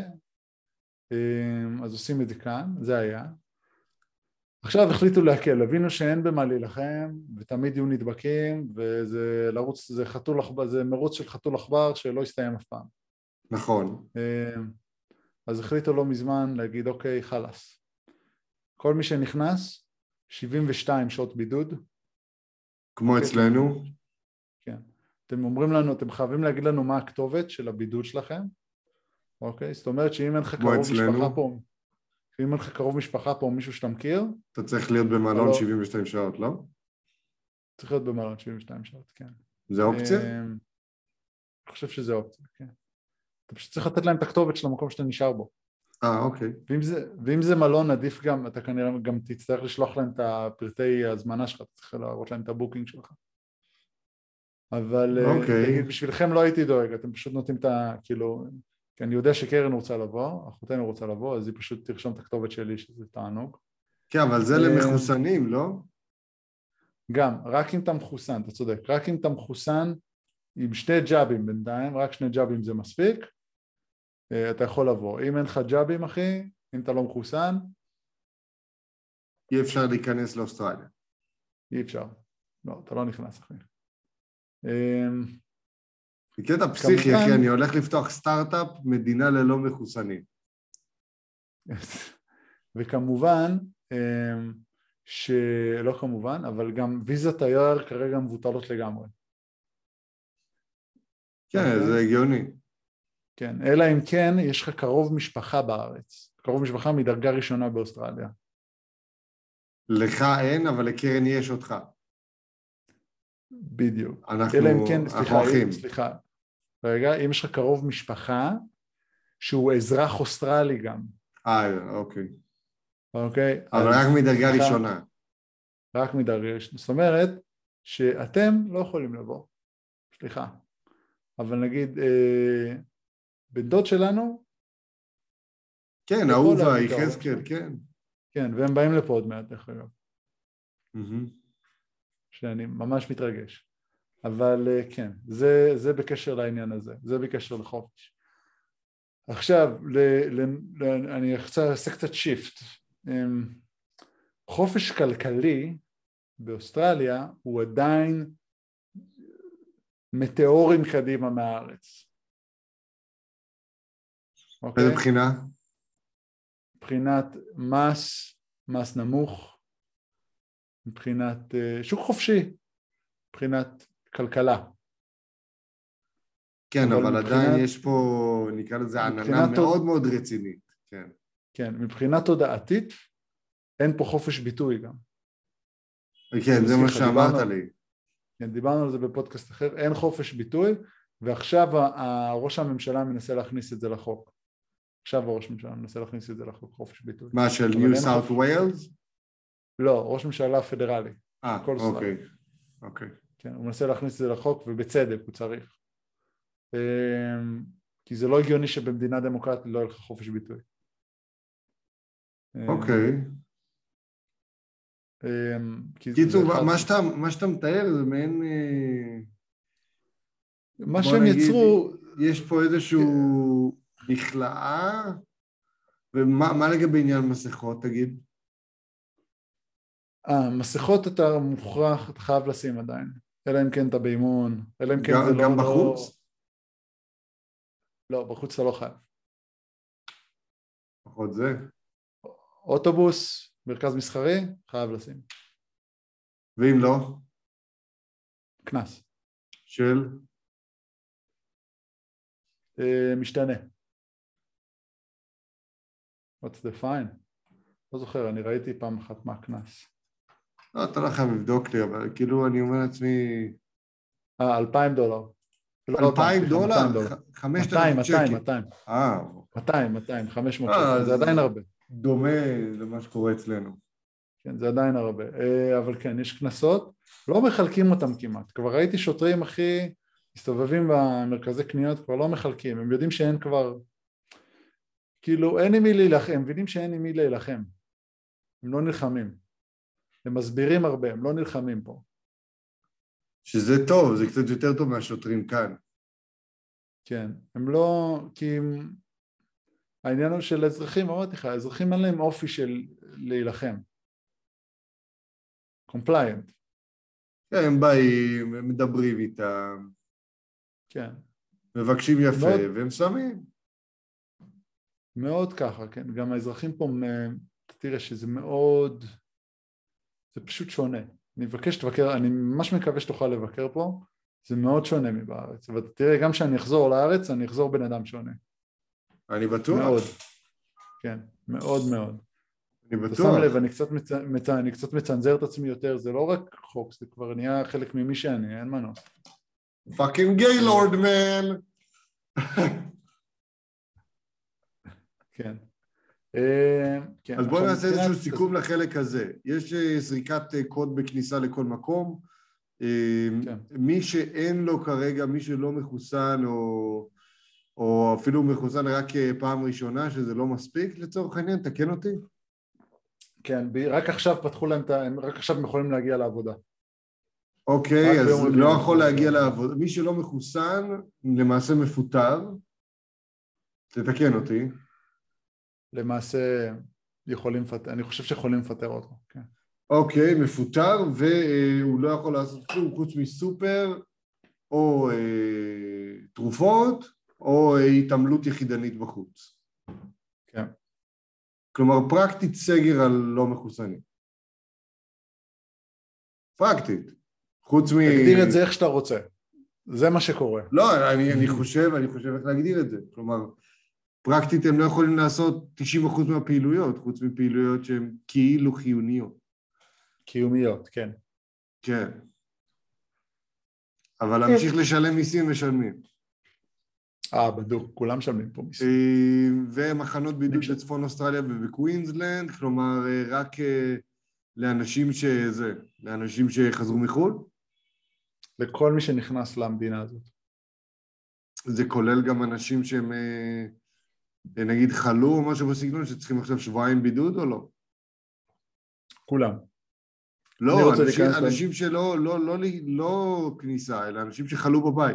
אז עושים את זה כאן, זה היה. עכשיו החליטו להקל, הבינו שאין במה להילחם, ותמיד יהיו נדבקים, וזה לרוץ, זה מרוץ של חתול עכבר שלא יסתיים אף פעם. נכון. אז החליטו לא מזמן להגיד, אוקיי, חלס. כל מי שנכנס, 72 שעות בידוד. כמו אצלנו. כן. אתם אומרים לנו, אתם חייבים להגיד לנו מה הכתובת של הבידוד שלכם. אוקיי? זאת אומרת שאם אין לך קרוב משפחה פה, אם אין לך קרוב משפחה פה או מישהו שאתה מכיר, אתה צריך להיות במלון 72 שעות, לא? צריך להיות במלון 72 שעות, כן. זה אופציה? אני חושב שזה אופציה, כן. אתה פשוט צריך לתת להם את הכתובת של המקום שאתה נשאר בו. אוקיי. ואם זה מלון עדיף גם, אתה כנראה גם תצטרך לשלוח להם את הפרטי הזמנה שלך, אתה צריך להראות להם את הבוקינג שלך. אבל תגיד, בשבילכם לא הייתי דואג, אתם פשוט נותנים את כאילו, כי אני יודע שקרן רוצה לבוא, אחותנו רוצה לבוא, אז היא פשוט תרשום את הכתובת שלי, שזה תענוג. כן, אבל זה למחוסנים, לא? גם, רק אם אתה מחוסן, אתה צודק, רק אם אתה מחוסן, עם 2 ג'אבים בינתיים, רק 2 ג'אבים זה מספיק, אתה יכול לבוא. אם אין לך ג'אבים, אחי, אם אתה לא מחוסן, אי אפשר להיכנס לאוסטרליה. אי אפשר. לא, אתה לא נכנס, אחי. בקטע פסיכי, אחי, אני הולך לפתוח סטארט-אפ, מדינה ללא מחוסנים. וכמובן, שלא כמובן, אבל גם ויזת תייר כרגע מבוטלות לגמרי. כן, זה הגיוני. כן, אלא אם כן יש לך קרוב משפחה בארץ, קרוב משפחה מדרגה ראשונה באוסטרליה. לך אין, אבל לקרן יש אותך. בדיוק. אנחנו אחים. סליחה, רגע, אם יש לך קרוב משפחה, שהוא אזרח אוסטרלי גם. אוקיי. אוקיי? אבל רק מדרגה ראשונה. רק מדרגה ראשונה. זאת אומרת שאתם לא יכולים לבוא. סליחה. אבל נגיד, בן דוד שלנו, כן, אהובה, יחזקאל, כן. כן, והם באים לפה עוד מעט, דרך אגב. שאני ממש מתרגש. אבל כן, זה בקשר לעניין הזה, זה בקשר לחופש. עכשיו, אני אעשה קצת שיפט. חופש כלכלי באוסטרליה הוא עדיין מטאורים קדימה מהארץ. איזה בחינה? מבחינת מס נמוך, מבחינת שוק חופשי, מבחינת כלכלה. כן, אבל עדיין יש פה, נקרא לזה עננה מאוד מאוד רצינית. כן, מבחינת תודעתית, אין פה חופש ביטוי גם. כן, זה מה שאמרת לי. כן, דיברנו על זה בפודקאסט אחר, אין חופש ביטוי, ועכשיו ראש הממשלה מנסה להכניס את זה לחוק. עכשיו ראש הממשלה מנסה להכניס את זה לחוק, חופש ביטוי. מה, של ניו סאות' ווילס? לא, ראש ממשלה פדרלי. אוקיי. כן, הוא מנסה להכניס את זה לחוק, ובצדק הוא צריך. כי זה לא הגיוני שבמדינה דמוקרטית לא יהיה לך חופש ביטוי. אוקיי. קיצור, מה שאתה מתאר זה מעין... מה שהם יצרו... יש פה איזשהו מכלאה, ומה לגבי עניין מסכות, תגיד? מסכות אתה מוכרח, אתה חייב לשים עדיין, אלא אם כן אתה באימון, אלא אם כן זה לא... גם בחוץ? לא, בחוץ אתה לא חייב. פחות זה? אוטובוס, מרכז מסחרי, חייב לשים. ואם לא? כנס. של? משתנה. What's the fine? לא זוכר, אני ראיתי פעם אחת מה הכנס. לא, אתה לא חייב לבדוק לי, אבל כאילו אני אומר לעצמי... $2,000. $2,000? 5,000 שקל. 200, 500 שקל, זה עדיין הרבה. דומה למה שקורה אצלנו. כן, זה עדיין הרבה, אבל כן, יש כנסות, לא מחלקים אותם כמעט, כבר ראיתי שוטרים הכי מסתובבים במרכזי קניות, כבר לא מחלקים, הם יודעים שאין כבר, כאילו אין עם מי להילחם, הם מבינים שאין עם מי להילחם, הם לא נלחמים, הם מסבירים הרבה, הם לא נלחמים פה. שזה טוב, זה קצת יותר טוב מהשוטרים כאן. כן, הם לא, כי העניין הוא של האזרחים, אמרתי לך, האזרחים אין להם אופי של להילחם. compliant. הם באים, הם מדברים איתם, כן. מבקשים יפה, מאוד, והם שמים. מאוד ככה, כן. גם האזרחים פה, תראה שזה מאוד, זה פשוט שונה. אני מבקש שתבקר, אני ממש מקווה שתוכל לבקר פה, זה מאוד שונה מבארץ. אבל תראה, גם כשאני אחזור לארץ, אני אחזור בן אדם שונה. אני בטוח. מאוד. כן, מאוד מאוד. אני אתה שם בטוח. לב, אני קצת מצנזר את עצמי יותר, זה לא רק חוק, זה כבר נהיה חלק ממי שאני, אין מנוס. פאקינג גיי לורד מן. כן. אז בואו נעשה איזשהו סיכום לחלק הזה. יש זריקת קוד בכניסה לכל מקום. מי שאין לו כרגע, מי שלא מחוסן או אפילו מחוסן רק פעם ראשונה, שזה לא מספיק לצורך העניין, תקן אותי. כן, רק עכשיו פתחו להם, רק עכשיו הם יכולים להגיע לעבודה. אוקיי, אז לא יכול להגיע לעבודה. מי שלא מחוסן, למעשה מפוטר. תתקן אותי. למעשה יכולים לפטר, אני חושב שיכולים לפטר אותו, כן. אוקיי, מפוטר, והוא לא יכול לעשות כלום חוץ מסופר, או תרופות, או התעמלות יחידנית בחוץ. כן. כלומר, פרקטית סגר על לא מחוסנים. פרקטית. חוץ תגדיר את זה איך שאתה רוצה. זה מה שקורה. לא, אני חושב איך להגדיר את זה. כלומר, פרקטית הם לא יכולים לעשות 90% מהפעילויות, חוץ מפעילויות שהן כאילו חיוניות. קיומיות, כן. כן. אבל להמשיך לשלם מיסים משלמים. בדוק, כולם משלמים פה מיסים. ומחנות בידוד בצפון אוסטרליה ובקווינסלנד, כלומר רק לאנשים שחזרו מחו"ל? לכל מי שנכנס למדינה הזאת. זה כולל גם אנשים שהם נגיד חלו או משהו בסגנון, שצריכים עכשיו שבועיים בידוד או לא? כולם. לא, אנשים שלא, לא כניסה, אלא אנשים שחלו בבית.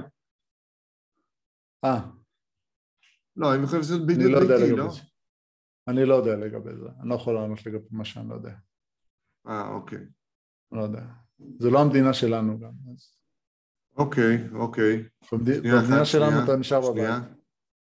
לא, הם יכולים לעשות בידוד ביתי, לא? אני לא יודע לגבי זה, אני לא יכול לענות לגבי מה שאני לא יודע. אוקיי. אני לא יודע. זה לא המדינה שלנו גם. אוקיי. במדינה שלנו אתה נשאר בבית.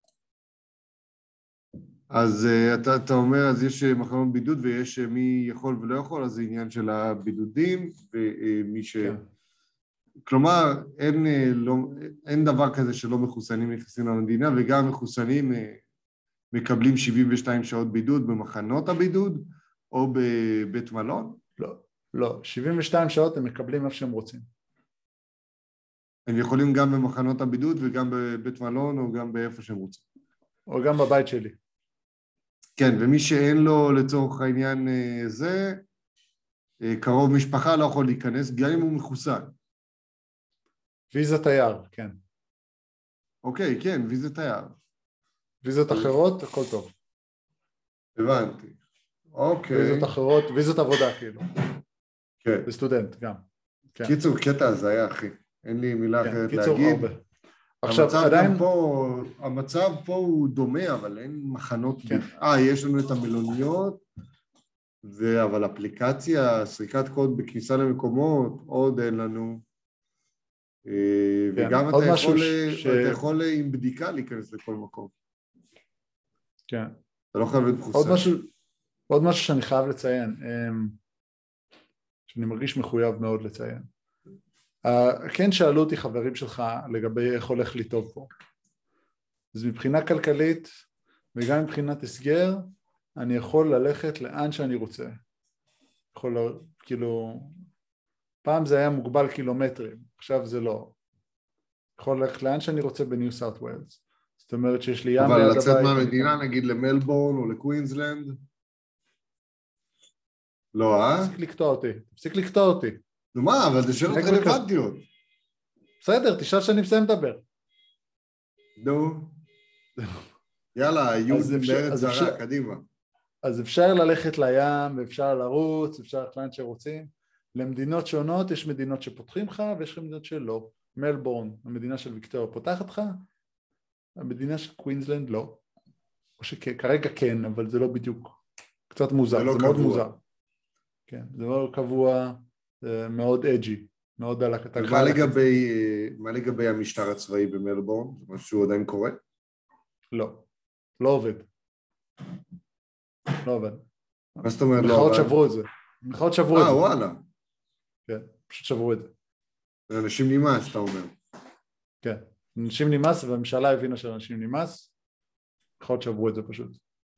אז אתה אומר, אז יש מחנות בידוד ויש מי יכול ולא יכול, אז זה עניין של הבידודים, ומי ש... כן. כלומר, אין דבר כזה שלא מחוסנים נכנסים למדינה, וגם מחוסנים מקבלים 72 שעות בידוד במחנות הבידוד, או בבית מלון? לא, 72 שעות הם מקבלים איפה שהם רוצים. הם יכולים גם במחנות הבידוד וגם בבית מלון, או גם באיפה שהם רוצים. או גם בבית שלי. כן, ומי שאין לו לצורך העניין זה, קרוב משפחה לא יכול להיכנס, גם אם הוא מחוסן. ויזה תייר, כן. אוקיי, כן, ויזה תייר. ויזות אחרות, הכל טוב. הבנתי. אוקיי. ויזות אחרות, ויזות עבודה כאילו. כן. וסטודנט גם. כן. קיצור, קטע הזיה, אחי. אין לי מילה כן, אחרת קיצור להגיד. הרבה. עכשיו עדיין... המצב פה הוא דומה, אבל אין מחנות... כן. יש לנו את המלוניות, אבל אפליקציה, סריקת קוד בכניסה למקומות, עוד אין לנו. וגם אתה יכול עם בדיקה להיכנס לכל מקום. כן. אתה לא חייב להיות מחוסן. עוד משהו שאני חייב לציין, שאני מרגיש מחויב מאוד לציין. כן שאלו אותי חברים שלך לגבי איך הולך לי טוב פה. אז מבחינה כלכלית וגם מבחינת הסגר, אני יכול ללכת לאן שאני רוצה. כאילו, פעם זה היה מוגבל קילומטרים, עכשיו זה לא. יכול ללכת לאן שאני רוצה בניו סאות' ווילס. זאת אומרת שיש לי ים ליד הבית. אבל לצאת מהמדינה, נגיד למלבורן או לקווינסלנד? לא, תפסיק לקטוע אותי. נו מה, אבל זה שאלות רלוונטיות. בסדר, תשאל שאני מסיים לדבר. נו. יאללה, יוזם בארץ אז זרה, קדימה. אז אפשר ללכת לים, ואפשר לרוץ, אפשר ללכת לאן שרוצים. למדינות שונות, יש מדינות שפותחים לך, ויש מדינות שלא. מלבורן, המדינה של ויקטוריה פותחת לך, המדינה של קווינסלנד לא. או שכרגע כן, אבל זה לא בדיוק. קצת מוזר, זה לא מאוד קבוע. מוזר. כן, זה מאוד קבוע, מאוד אג'י, מאוד על הקטע. מה לגבי המשטר הצבאי במלבורן? זה משהו שהוא עדיין קורה? לא, לא עובד. לא עובד. מה זאת אומרת לא מחאות עובד? שברו את זה. מחאות שברו את זה. וואלה. כן, פשוט שברו את זה. אנשים נמאס, אתה אומר. כן, אנשים נמאס, והממשלה הבינה שאנשים נמאס, מחאות שברו את זה פשוט.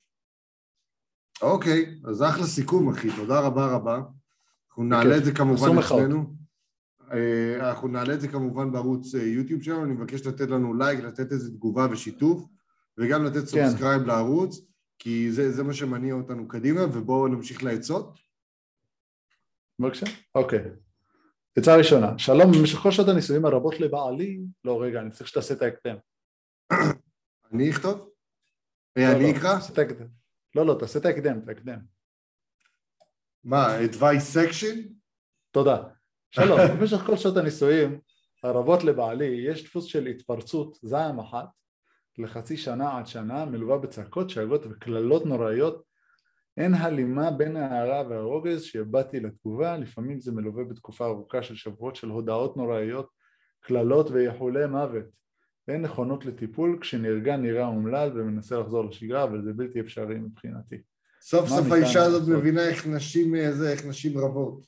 אוקיי, אז אחלה סיכום, אחי, תודה רבה רבה. אנחנו נעלה את זה כמובן אצלנו. אנחנו נעלה את זה כמובן בערוץ יוטיוב שלנו, אני מבקש לתת לנו לייק, לתת איזו תגובה ושיתוף, וגם לתת סובסקרייב לערוץ, כי זה מה שמניע אותנו קדימה, ובואו נמשיך לעצות. בבקשה, אוקיי. עצה ראשונה, שלום, במשך כל שעות הניסויים הרבות לבעלי, לא רגע, אני צריך שתעשה את ההקדם. אני אכתוב? אני אקרא? לא, תעשה את ההקדם. מה, advice section? תודה. שלום, במשך כל שעות הניסויים הרבות לבעלי, יש דפוס של התפרצות זעם אחת, לחצי שנה עד שנה, מלווה בצעקות, שאגות וכללות נוראיות, אין הלימה בין ההערה והרוגז שהבאתי לתגובה, לפעמים זה מלווה בתקופה ארוכה של שבועות של הודעות נוראיות, כללות ויחולי מוות. אין נכונות לטיפול, כשנרגע נראה אומלל ומנסה לחזור לשגרה, אבל זה בלתי אפשרי מבחינתי. סוף סוף האישה הזאת מבינה איך נשים רבות.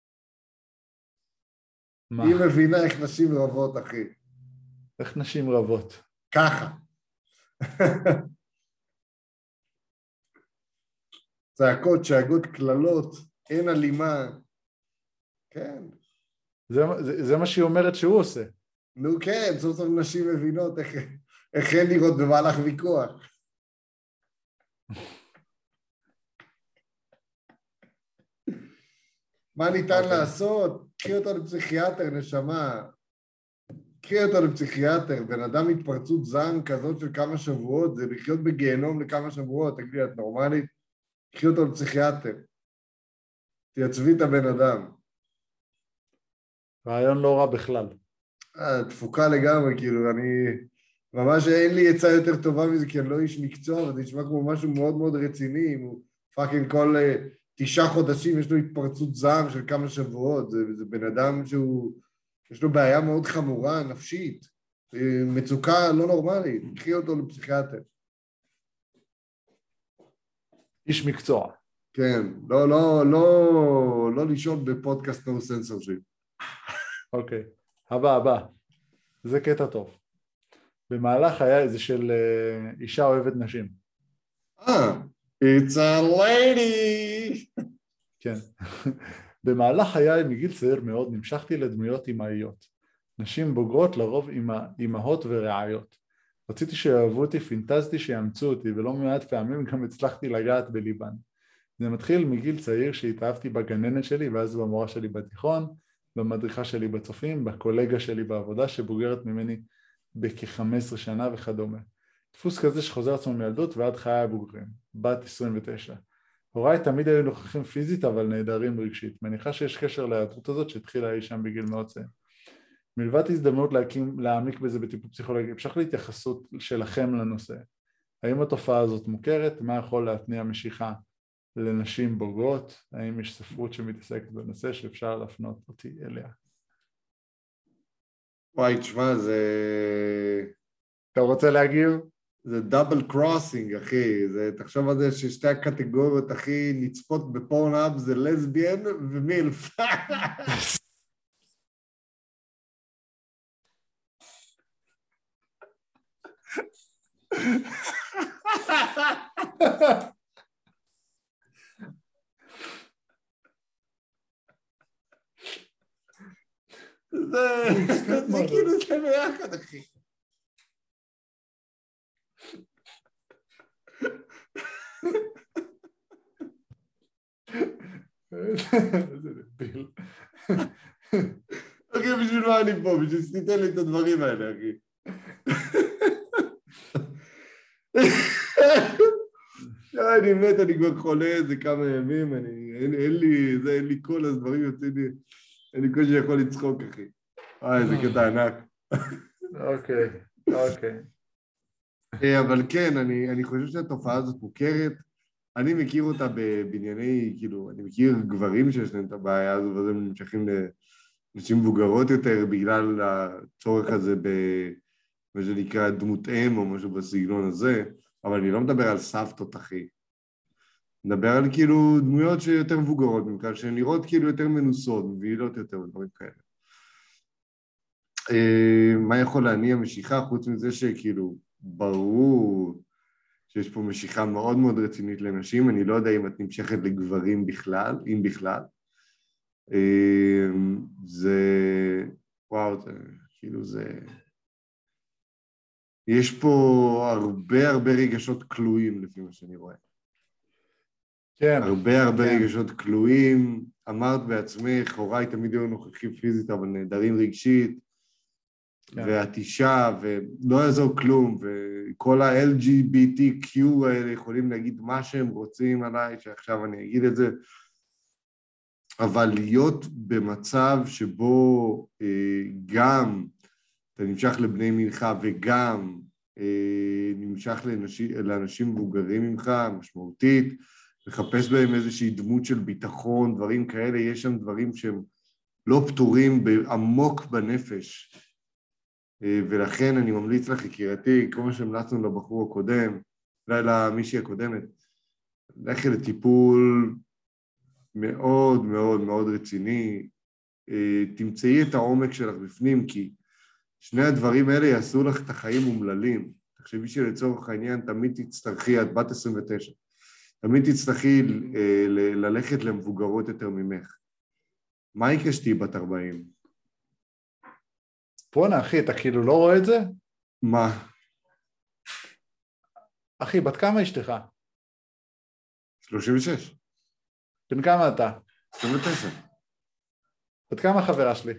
מה? היא מבינה איך נשים רבות, אחי. איך נשים רבות? ככה. צעקות, שאגות, כללות, אין הלימה. כן. זה מה שהיא אומרת שהוא עושה. נו כן, סוף סוף נשים מבינות איך הן נראות במהלך ויכוח. מה ניתן לעשות? קחי אותו לפסיכיאטר, נשמה. קחי אותו לפסיכיאטר. בן אדם התפרצות זעם כזאת של כמה שבועות, זה לחיות בגיהנום לכמה שבועות. תגידי, את נורמלית? קחי אותו לפסיכיאטר. תייצבי את הבן אדם. רעיון לא רע בכלל. תפוקה לגמרי, כאילו, אני... ממש אין לי עצה יותר טובה מזה, כי אני לא איש מקצוע, וזה נשמע כמו משהו מאוד מאוד רציני, אם הוא פאקינג כל 9 חודשים יש לו התפרצות זעם של כמה שבועות, זה בן אדם שהוא... יש לו בעיה מאוד חמורה, נפשית, מצוקה לא נורמלית, קחי אותו לפסיכיאטר. איש מקצוע. כן, לא לשאול בפודקאסט No Censorship. אוקיי, הבא. זה קטע טוב. במהלך חיי זה של אישה אוהבת נשים. It's a lady! כן. במהלך חיי מגיל צעיר מאוד נמשכתי לדמויות אמהיות. נשים בוגרות לרוב אמהות ורעיות. רציתי שאוהבו אותי, פינטזתי שיאמצו אותי, ולא מעט פעמים גם הצלחתי לגעת בליבן. זה מתחיל מגיל צעיר שהתאהבתי בגננת שלי, ואז במורה שלי בתיכון, במדריכה שלי בצופים, בקולגה שלי בעבודה שבוגרת ממני בכ-15 שנה וכדומה. דפוס כזה שחוזר עצמו מילדות ועד חיי הבוגרים, בת 29. הוריי תמיד היו נוכחים פיזית אבל נהדרים רגשית. מניחה שיש קשר להיעדרות הזאת שהתחילה אי שם בגיל מאוד צעיר. מלבד הזדמנות להעמיק בזה בטיפול פסיכולוגי, אפשר להתייחסות שלכם לנושא. האם התופעה הזאת מוכרת? מה יכול להתניע משיכה לנשים בוגרות? האם יש ספרות שמתעסקת בנושא שאפשר להפנות אותי אליה? וואי, תשמע, זה... אתה רוצה להגיב? זה דאבל קרוסינג, אחי. תחשוב על זה ששתי הקטגוריות הכי נצפות בפורנהאב זה לסביאן ומילף. זה כאילו זה ביחד, אחי. זה דביל. אחי, בשביל מה אני פה? בשביל שתיתן לי את הדברים האלה, אחי. אני מת, אני כבר חולה איזה כמה ימים, אין לי קול, אז דברים יוצאים לי, אני קושי יכול לצחוק, אחי. איזה קטע ענק. אוקיי. אבל כן, אני חושב שהתופעה הזאת מוכרת. אני מכיר אותה בבנייני, כאילו, אני מכיר גברים שיש להם את הבעיה הזו, ואז הם נמשכים לנשים מבוגרות יותר, בגלל הצורך הזה במה שנקרא דמות אם או משהו בסגנון הזה, אבל אני לא מדבר על סבתות, אחי. מדבר על כאילו דמויות שיותר מבוגרות ממך, שהן נראות כאילו יותר מנוסות, מבהילות יותר ודברים כאלה. מה יכול להניע משיכה, חוץ מזה שכאילו ברור שיש פה משיכה מאוד מאוד רצינית לנשים, אני לא יודע אם את נמשכת לגברים בכלל, אם בכלל. זה, וואו, זה, כאילו זה, יש פה הרבה רגשות כלואים לפי מה שאני רואה. כן. הרבה רגשות כלואים, אמרת בעצמך, הוריי תמיד היו נוכחים פיזית, אבל נהדרים רגשית, ואת אישה, ולא יעזור כלום, וכל ה-LGBTQ האלה יכולים להגיד מה שהם רוצים עליי, שעכשיו אני אגיד את זה, אבל להיות במצב שבו גם אתה נמשך לבני מינך וגם נמשך לאנשים מבוגרים ממך, משמעותית, לחפש בהם איזושהי דמות של ביטחון, דברים כאלה, יש שם דברים שהם לא פתורים עמוק בנפש, ולכן אני ממליץ לך, יקירתי, כמו שהמלצנו לבחור הקודם, אולי למישהי הקודמת, לכי לטיפול מאוד מאוד מאוד רציני, תמצאי את העומק שלך בפנים, כי שני הדברים האלה יעשו לך את החיים מומללים. תחשבי שלצורך העניין תמיד תצטרכי, את בת 29, תמיד תצטרכי ללכת למבוגרות יותר ממך. מה יקרה שתהיי בת 40? בוא'נה, אחי, אתה כאילו לא רואה את זה? מה? אחי, בת כמה אשתך? 36. בן כמה אתה? 29. בת כמה חברה שלי?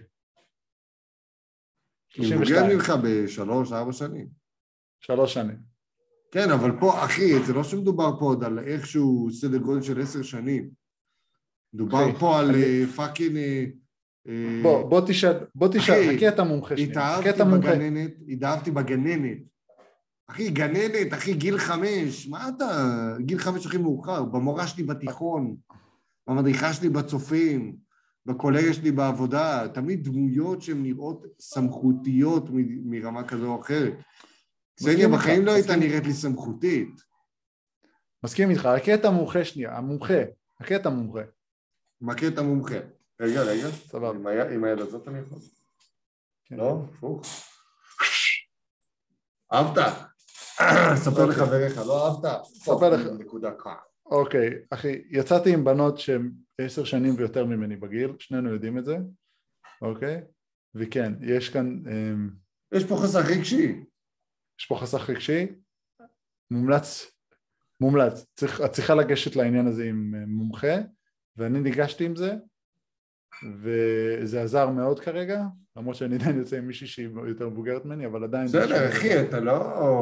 היא מבוגרת ממך ב3-4 שנים. 3 שנים. כן, אבל פה, אחי, זה לא שמדובר פה עוד על איכשהו סדר גודל של 10 שנים. מדובר פה על פאקינג... בוא תשאל, חכי אתה מומחה שנייה. התאהבתי בגננת. אחי, גננת, אחי, גיל 5. מה אתה? גיל 5 הכי מאוחר. במורה שלי בתיכון, במדריכה שלי בצופים, בקולגה שלי בעבודה, תמיד דמויות שהן נראות סמכותיות מרמה כזו או אחרת. קסניה בחיים לא הייתה נראית לי סמכותית. מסכים איתך, הקטע המומחה שנייה, הקטע המומחה. מה קטע המומחה? רגע. סבבה. עם היד הזאת אני יכול? לא? פוך. אהבת? ספר לחבריך, לא אהבת? ספר לך. נקודה קרה. אוקיי, אחי, יצאתי עם בנות שהן 10 שנים ויותר ממני בגיל, שנינו יודעים את זה, אוקיי? וכן, יש כאן... יש פה חסך רגשי. יש פה חסך רגשי, מומלץ. את צריכה לגשת לעניין הזה עם מומחה, ואני ניגשתי עם זה, וזה עזר מאוד כרגע, למרות שאני עדיין יוצא עם מישהי שהיא יותר מבוגרת ממני, אבל עדיין... בסדר, אחי, אתה לא...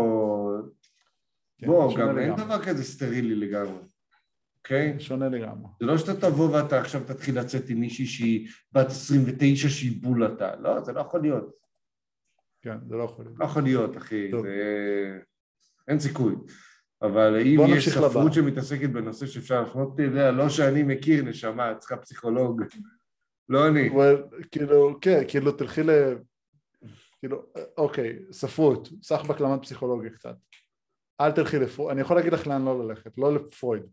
בוא, גם אין דבר כזה סטרילי לגמרי. אוקיי? שונה לגמרי. זה לא שאתה תבוא ואתה עכשיו תתחיל לצאת עם מישהי שהיא בת 29 שהיא בולתה. לא, זה לא יכול להיות. כן, זה לא יכול להיות. לא יכול להיות, אחי. אין סיכוי. אבל אם יש ספרות שמתעסקת בנושא שאפשר לחנות אליה, לא שאני מכיר נשמה, צריכה פסיכולוג. לא אני. כאילו, כן, כאילו תלכי כאילו, אוקיי, ספרות, סחבק למד פסיכולוגיה קצת. אל תלכי לפרויד, אני יכול להגיד לך לאן לא ללכת, לא לפרויד.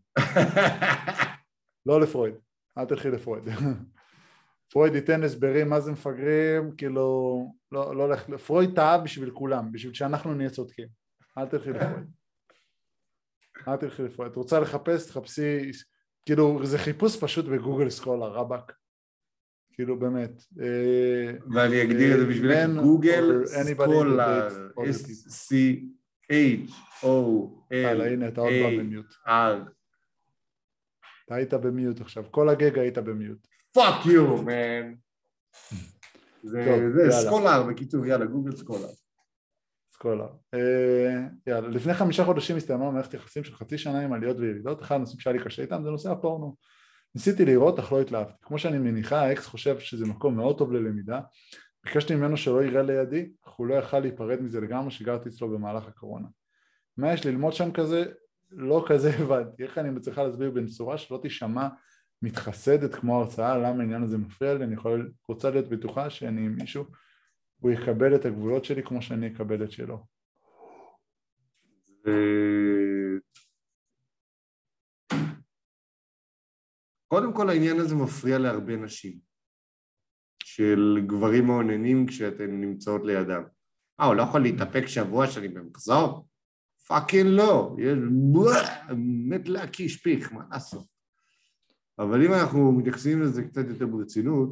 לא לפרויד, אל תלכי לפרויד. פרויד ייתן הסברים מה זה מפגרים, כאילו, לא הולך, פרויד טעה בשביל כולם, בשביל שאנחנו נהיה צודקים. אל תלכי לפרויד. את רוצה לחפש, תחפשי, כאילו, זה חיפוש פשוט בגוגל סקולר, רבק. כאילו, באמת. ואני אגדיר את זה בשבילך, גוגל סקולר, הנה, אתה עוד בא במיוט. אתה היית במיוט עכשיו, כל הגג היית במיוט. Fuck you, man. זה סקולר, בקיצור, יאללה, גוגל סקולר. סקולר. יאללה, לפני 5 חודשים הסתיימה מערכת יחסים של חצי שנה עם עליות וירידות, אחד הנושאים שהיה לי קשה איתם זה נושא הפורנו. ניסיתי לראות אך לא התלהבתי. כמו שאני מניחה, האקס חושב שזה מקום מאוד טוב ללמידה, ביקשתי ממנו שלא יראה לידי, אך הוא לא יכל להיפרד מזה לגמרי שגרתי אצלו במהלך הקורונה. מה יש ללמוד שם כזה? לא כזה הבנתי. איך אני מצליחה להסביר בצורה שלא תישמע מתחסדת כמו הרצאה, למה העניין הזה מפריע לי, אני רוצה להיות בטוחה שאני עם מישהו, הוא יקבל את הגבולות שלי כמו שאני אקבל את שלו. קודם כל העניין הזה מפריע להרבה נשים, של גברים מעוננים כשאתן נמצאות לידם. הוא לא יכול להתאפק שבוע שאני במחזור? פאקינג לא, מת להקיש פיך, מה לעשות? אבל אם אנחנו מתייחסים לזה קצת יותר ברצינות,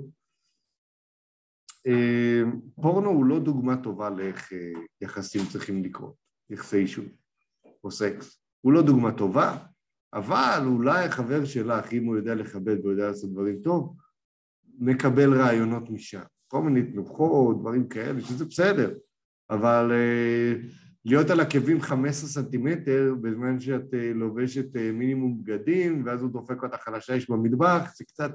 פורנו הוא לא דוגמה טובה לאיך יחסים צריכים לקרות, יחסי אישות או סקס. הוא לא דוגמה טובה, אבל אולי החבר שלך, אם הוא יודע לכבד ויודע לעשות דברים טוב, מקבל רעיונות משם. כל מיני תנוחות, דברים כאלה, שזה בסדר. אבל להיות על עקבים 15 סנטימטר, בזמן שאת לובשת מינימום בגדים, ואז הוא דופק אותך על השיש במטבח, זה קצת...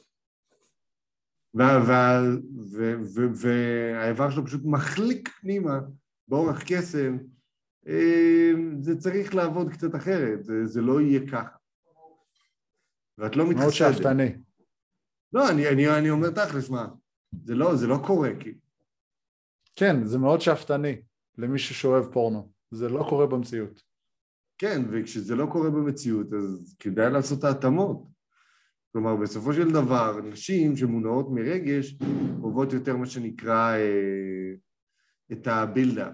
והאיבר שלו פשוט מחליק פנימה, באורך קסם, זה צריך לעבוד קצת אחרת, זה לא יהיה ככה. ואת לא מתחסדת. מאוד שאפתני. לא, אני אומר תכלס, מה? זה לא קורה, כאילו. כן, זה מאוד שאפתני למישהו שאוהב פורנו. זה לא קורה במציאות. כן, וכשזה לא קורה במציאות, אז כדאי לעשות ההתאמות. כלומר, בסופו של דבר, נשים שמונעות מרגש, אוהבות יותר מה שנקרא את הבילדה.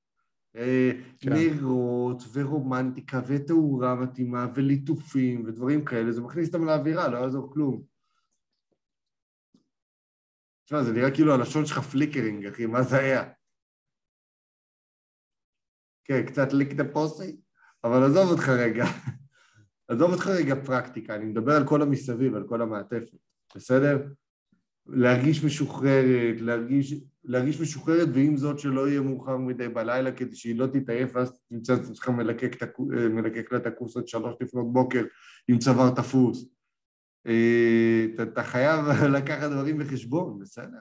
נרות ורומנטיקה ותאורה מתאימה וליטופים ודברים כאלה, זה מכניס אותם לאווירה, לא יעזור כלום. תשמע, זה נראה כאילו הלשון שלך פליקרינג, אחי, מה זה היה? כן, קצת ליק דה פוסי, אבל עזוב אותך רגע. עזוב אותך רגע פרקטיקה, אני מדבר על כל המסביב, על כל המעטפת, בסדר? להרגיש משוחררת, להרגיש משוחררת, ועם זאת שלא יהיה מאוחר מדי בלילה, כדי שהיא לא תתעייף, אז תמצא את עצמך מלקק לה את הכוס עד 3 לפנות בוקר, עם צוואר תפוס. אתה חייב לקחת דברים בחשבון, בסדר?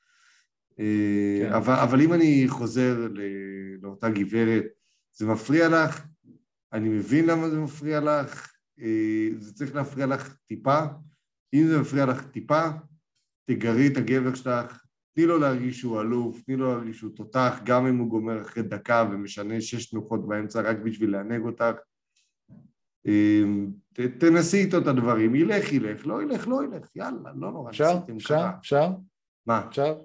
אבל אם אני חוזר לאותה גברת, זה מפריע לך, אני מבין למה זה מפריע לך, זה צריך להפריע לך טיפה, אם זה מפריע לך טיפה, תגרי את הגבר שלך, תני לו להרגיש שהוא אלוף, תני לו להרגיש שהוא תותח, גם אם הוא גומר אחרי דקה ומשנה 6 תנוחות באמצע רק בשביל לענג אותך, תנסי איתו את הדברים, ילך, לא ילך, יאללה, לא נורא. אפשר? מה?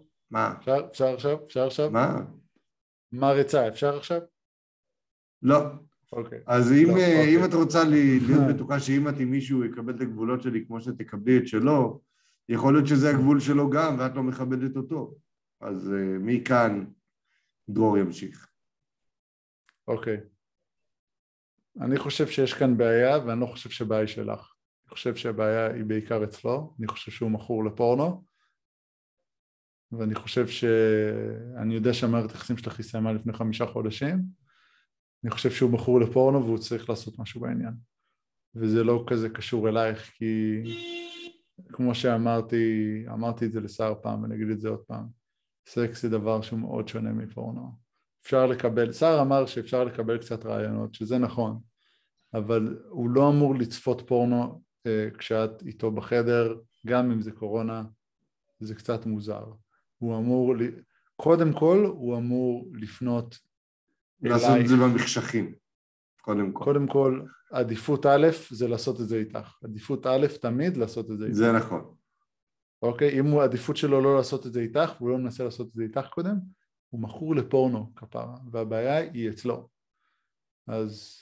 אפשר עכשיו? מה? מה רצה, אפשר עכשיו? לא. אוקיי. אז אם את רוצה להיות בטוחה שאם את עם מישהו יקבל את הגבולות שלי כמו שתקבלי את שלו, יכול להיות שזה הגבול שלו גם ואת לא מכבדת אותו. אז מכאן דרור ימשיך. אוקיי. אני חושב שיש כאן בעיה ואני לא חושב שהבעיה היא שלך. אני חושב שהבעיה היא בעיקר אצלו, אני חושב שהוא מכור לפורנו, ואני חושב אני יודע שהמערכת היחסים שלך הסתיימה לפני 5 חודשים, אני חושב שהוא מכור לפורנו והוא צריך לעשות משהו בעניין. וזה לא כזה קשור אלייך, כי כמו אמרתי את זה לשר פעם ואני אגיד את זה עוד פעם, סקס זה דבר שהוא מאוד שונה מפורנו. אפשר לקבל, שר אמר שאפשר לקבל קצת רעיונות, שזה נכון, אבל הוא לא אמור לצפות פורנו כשאת איתו בחדר, גם אם זה קורונה, זה קצת מוזר. הוא אמור, קודם כל הוא אמור לפנות אלייך. לעשות את זה במחשכים, קודם כל. קודם כל, עדיפות א' זה לעשות את זה איתך. עדיפות א' תמיד לעשות את זה איתך. זה נכון. אוקיי, אם העדיפות שלו לא לעשות את זה איתך, והוא לא מנסה לעשות את זה איתך קודם, הוא מכור לפורנו כפרה, והבעיה היא אצלו. אז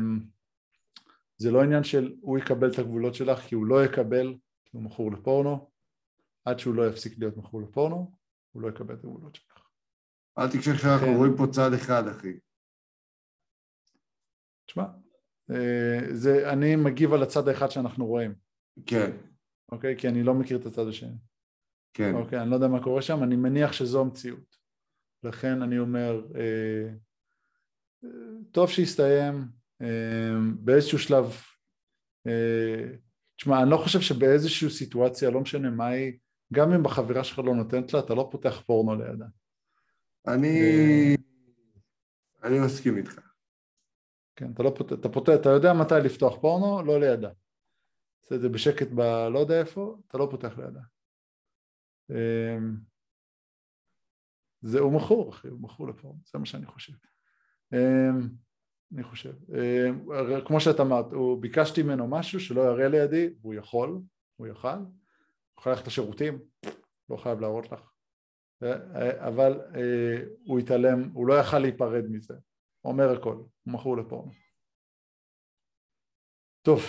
זה לא עניין של הוא יקבל את הגבולות שלך, כי הוא לא יקבל, כי הוא מכור לפורנו, עד שהוא לא יפסיק להיות מכור לפורנו, הוא לא יקבל את הגבולות שלך. אל תקשור שאנחנו רואים פה צד אחד, אחי. תשמע, אני מגיב על הצד האחד שאנחנו רואים. כן. אוקיי? כי אני לא מכיר את הצד השני. כן. אוקיי, אני לא יודע מה קורה שם, אני מניח שזו המציאות. לכן אני אומר, טוב שיסתיים, באיזשהו שלב, תשמע, אני לא חושב שבאיזושהי סיטואציה, לא משנה מה היא, גם אם בחברה שלך לא נותנת לה, אתה לא פותח פורנו לידה. אני מסכים איתך. כן, אתה יודע מתי לפתוח פורנו, לא לידה. עושה את זה בשקט לא יודע איפה, אתה לא פותח לידה. הוא מכור, אחי, הוא מכור לפורנו, זה מה שאני חושב. אני חושב. כמו שאת אמרת, ביקשתי ממנו משהו שלא יראה לידי, והוא יכול, הוא יוכל ללכת לשירותים, לא חייב להראות לך. אבל הוא התעלם, הוא לא יכל להיפרד מזה. הוא אומר הכל, הוא מכור לפורנו. טוב,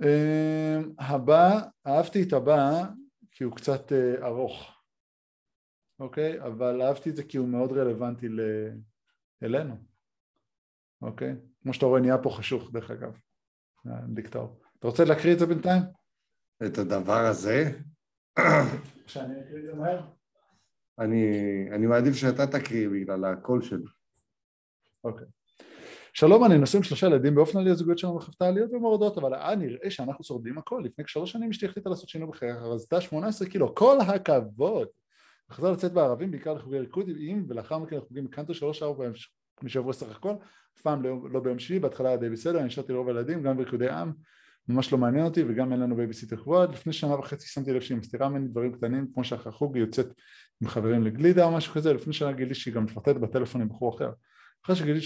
אהבתי את הבא כי הוא קצת ארוך, אוקיי? אבל אהבתי את זה כי הוא מאוד רלוונטי אלינו, אוקיי? כמו שאתה רואה נהיה פה חשוך דרך אגב, דיקטור. אתה רוצה להקריא את זה בינתיים? את הדבר הזה? שאני אקריא את זה מהר? אני מעדיף שאתה תקריא בגלל הקול שלי. אוקיי. שלום, אני נושא עם 3 ילדים באופן עלי הזוגיות שלנו בחפתה עליות ומורדות, אבל נראה שאנחנו שורדים הכל. לפני 3 שנים אשתי החליטה לעשות שינוי בחייה, רזתה 18 קילו, כל הכבוד. חזרה לצאת בערבים, בעיקר לחוגי ריקודים, ולאחר מכן לחוגים מקנטו 3-4 פעמים משבוע סך הכל, אף פעם לא ביום שני, בהתחלה היה די בסדר, אני נשארתי לרוב הילדים, גם בריקודי עם, ממש לא מעניין אותי, וגם אין לנו בייביסיטר קבוע. לפני 1.5 שנה שמתי לב שהיא מסתירה ממני דברים קטנים, כמו שאחרי חוג היא יוצאת עם חברים לגלידה או משהו כזה, לפני שנה גיליתי שהיא גם מפתת בטלפון עם בחור אחר. אחרי שגיליתי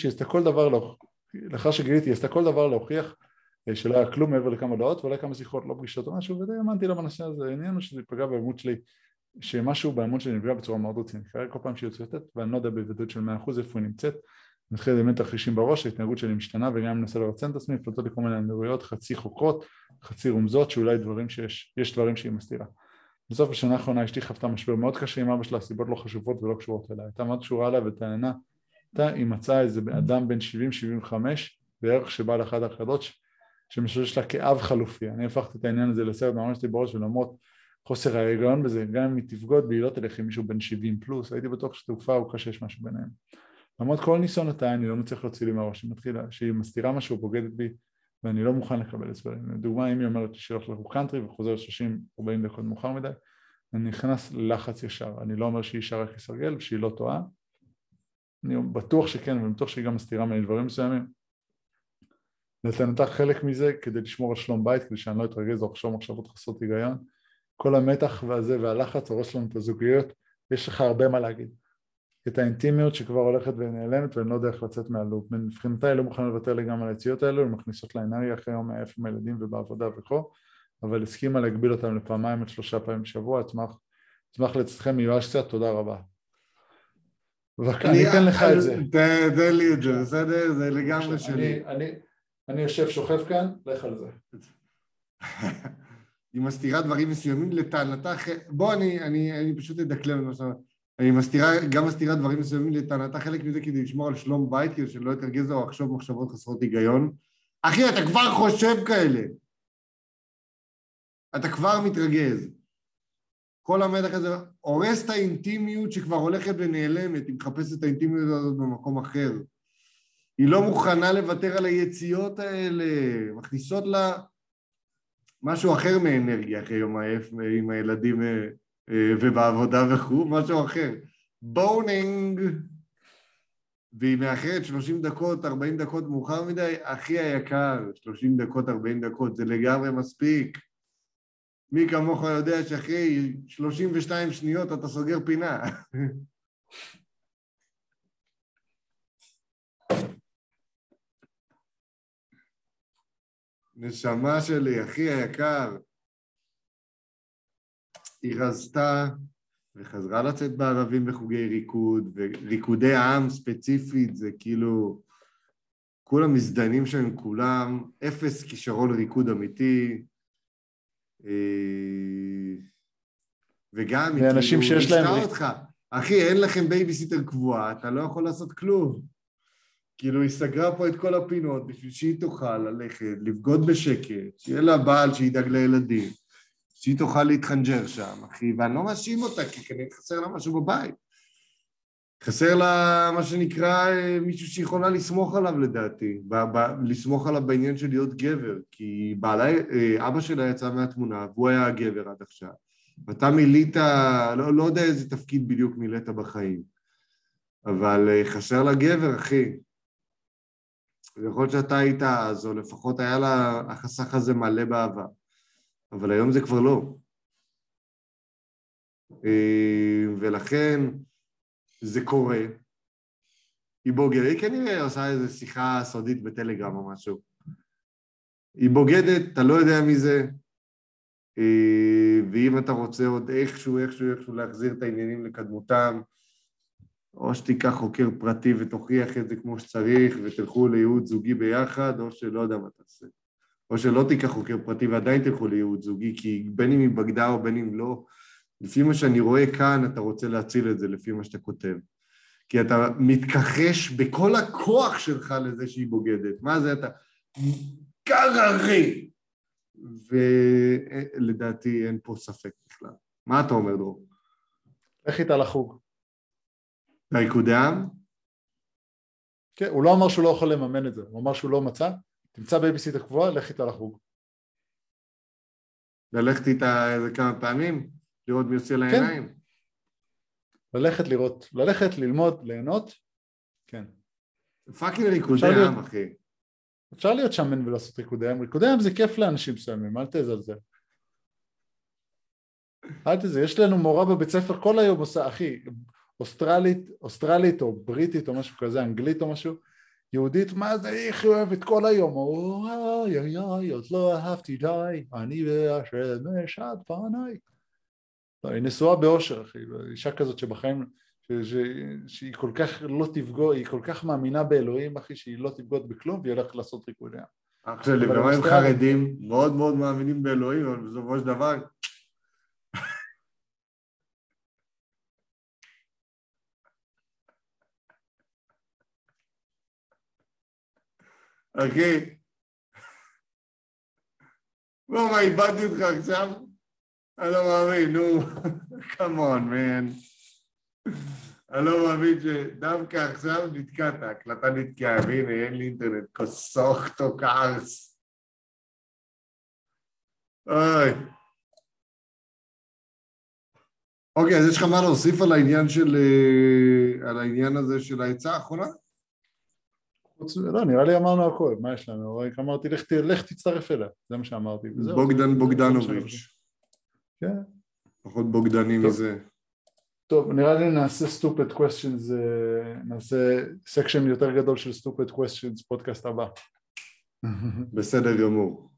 שהיא עשתה כל דבר להוכיח שלא היה כלום מעבר לכמה דעות, ואולי כמה שיחות לא פגישות או משהו, ודי האמנתי לה בנושא הזה. העניין הוא שזה פגע באמון שלי, שמשהו באמון שלי נפגע בצורה מאוד רצינית. כל פעם שהיא יוצאת, ואני לא יודע בוודאות של 100% איפה היא נמצאת, מתחיל לדמיין תרחישים בראש, ההתנהגות שלי משתנה, וגם אם ננסה לרצן את עצמי, פלטות לי כל מיני אמירויות, חצי חוקרות, חצי רומזות, שאולי יש דברים שהיא מסתירה. בסוף השנה האחרונה אשתי חוותה משבר מאוד קשה עם אבא שלה, סיבות לא חשובות ולא קשורות אליה. הייתה מאוד קשורה עליה ותענה, היא מצאה איזה אדם בן 70-75 בערך שבא לאחד ההחלטות שמשמש לה כאב חלופי. אני הפכתי את העניין הזה לסרט ממש בראש, ולמרות חוסר ההיגיון בזה, גם אם היא תבגוד והיא לא תלך עם מישהו בן 70 פלוס, הייתי בטוח שתקופה ארוכה שיש משהו ביניהם. למרות כל ניסיונותיי, אני לא מצליח להוציא לי מהראש, שהיא מסתירה משהו, בוגדת בי, ואני לא מוכן לקבל הסברים. לדוגמה, אם היא אומרת שהיא הולך לקאנטרי וחוזר 30-40 דקות מאוחר מדי, אני נכנס ללחץ ישר. אני לא אומר שהיא אישה רק יסרגל ושהיא לא טועה. אני בטוח שכן, ואני בטוח שהיא גם מסתירה ממני דברים מסוימים. נתנתה חלק מזה כדי לשמור על שלום בית, כדי שאני לא אתרגז או לחשוב מחשבות חסרות היגיון. כל המתח והזה והלחץ הורס לנו את הזוגיות, יש לך הרבה מה להגיד. את האינטימיות שכבר הולכת ונעלמת, ואני לא יודע איך לצאת מהלופ. מבחינתי לא מוכן לוותר לי גם על היציאות האלו, הן מכניסות לאנרגיה אחרי יום מעייף עם הילדים ובעבודה וכה, אבל הסכימה להגביל אותם לפעמיים עד 3 פעמים בשבוע. אשמח לצדכם מיואש קצת, תודה רבה. אני אתן לך את זה. תן לי את זה, בסדר? זה לגמרי שלי. אני יושב שוכב כאן, לך על זה. היא מסתירה דברים מסוימים לטענתה, בוא אני פשוט אדקלם את מה שאתה אומר. אני גם מסתירה דברים מסוימים לטענתה, חלק מזה כדי לשמור על שלום בית, כדי שלא יתרגז או לחשוב מחשבות חסרות היגיון. אחי, אתה כבר חושב כאלה. אתה כבר מתרגז. כל המתח הזה הורס את האינטימיות שכבר הולכת ונעלמת, היא מחפשת את האינטימיות הזאת במקום אחר. היא לא מוכנה לוותר על היציאות האלה, מכניסות לה משהו אחר מאנרגיה אחרי יום העייף עם הילדים ובעבודה וכו', משהו אחר. בונינג! והיא מאחרת 30 דקות, 40 דקות מאוחר מדי, הכי היקר, 30 דקות, 40 דקות, זה לגמרי מספיק. מי כמוך יודע שאחרי 32 שניות אתה סוגר פינה. נשמה שלי, הכי היקר. היא רזתה וחזרה לצאת בערבים בחוגי ריקוד, וריקודי עם ספציפית זה כאילו, כולם מזדיינים שם כולם, אפס כישרון ריקוד אמיתי, וגם היא כאילו נשתה אותך, אחי אין לכם בייביסיטר קבועה, אתה לא יכול לעשות כלום. כאילו היא סגרה פה את כל הפינות בשביל שהיא תוכל ללכת, לבגוד בשקט, שיהיה לה בעל שידאג לילדים, שהיא תוכל להתחנג'ר שם, אחי, ואני לא מאשים אותה, כי כנראה חסר לה משהו בבית. חסר לה מה שנקרא מישהו שיכולה לסמוך עליו לדעתי, לסמוך עליו בעניין של להיות גבר, כי אבא שלה יצא מהתמונה והוא היה הגבר עד עכשיו. ואתה מילאת, לא יודע איזה תפקיד בדיוק מילאת בחיים, אבל חסר לה גבר, אחי. יכול להיות שאתה היית אז, או לפחות היה לה החסך הזה מלא בעבר, אבל היום זה כבר לא. ולכן זה קורה. היא בוגדת, היא כנראה עושה איזו שיחה סודית בטלגרם או משהו. היא בוגדת, אתה לא יודע מי זה, ואם אתה רוצה עוד איכשהו להחזיר את העניינים לקדמותם, או שתיקח חוקר פרטי ותוכיח את זה כמו שצריך, ותלכו לייעוץ זוגי ביחד, או שלא יודע מה תעשה. או שלא תיקח חוקר פרטי ועדיין תלכו לייעוץ זוגי, כי בין אם היא בגדה או בין אם לא, לפי מה שאני רואה כאן, אתה רוצה להציל את זה לפי מה שאתה כותב. כי אתה מתכחש בכל הכוח שלך לזה שהיא בוגדת. מה זה אתה? קררי! ולדעתי אין פה ספק בכלל. מה אתה אומר, דרור? לך איתה לחוג. ריקודי עם? כן, הוא לא אמר שהוא לא יכול לממן את זה, הוא אמר שהוא לא מצא, תמצא בייביסיטר קבועה, לך איתה לחוג. ללכת איתה איזה כמה פעמים? לראות מי עושה לעיניים? כן. ללכת, ללמוד, ליהנות, כן. פאקינג ריקודי עם, אחי. אפשר להיות שמן ולעשות ריקודי עם. ריקודי עם זה כיף לאנשים מסוימים, אל תזלזל. יש לנו מורה בבית ספר כל היום עושה, אחי, אוסטרלית או בריטית או משהו כזה, אנגלית או משהו, יהודית, מה זה, איך היא אוהבת כל היום, אוי, עוד לא אהבתי די, אני ואשר משעת פניי. היא נשואה באושר, אחי, אישה כזאת שבחיים, שהיא כל כך לא תפגוד, היא כל כך מאמינה באלוהים, אחי, שהיא לא תפגוד בכלום, והיא הולכת לעשות ריקודי עם. אח שלי, גם הם חרדים, מאוד מאוד מאמינים באלוהים, אבל בסופו של דבר, אחי, מה, איבדתי אותך עכשיו? אני לא מאמין, נו, come on, man. אני לא מאמין שדווקא עכשיו נתקעת, הקלטה נתקעה, והנה, אין לי אינטרנט, כוסוכתו קארס. אוי. אוקיי, אז יש לך מה להוסיף על העניין הזה של העצה האחרונה? לא, נראה לי אמרנו הכל, מה יש לנו? אמרתי, לך תצטרף אליה, זה מה שאמרתי. בוגדן בוגדנוביץ'. כן. פחות בוגדני מזה. טוב, נראה לי נעשה stupid questions, נעשה סקשן יותר גדול של stupid questions, פודקאסט הבא. בסדר גמור.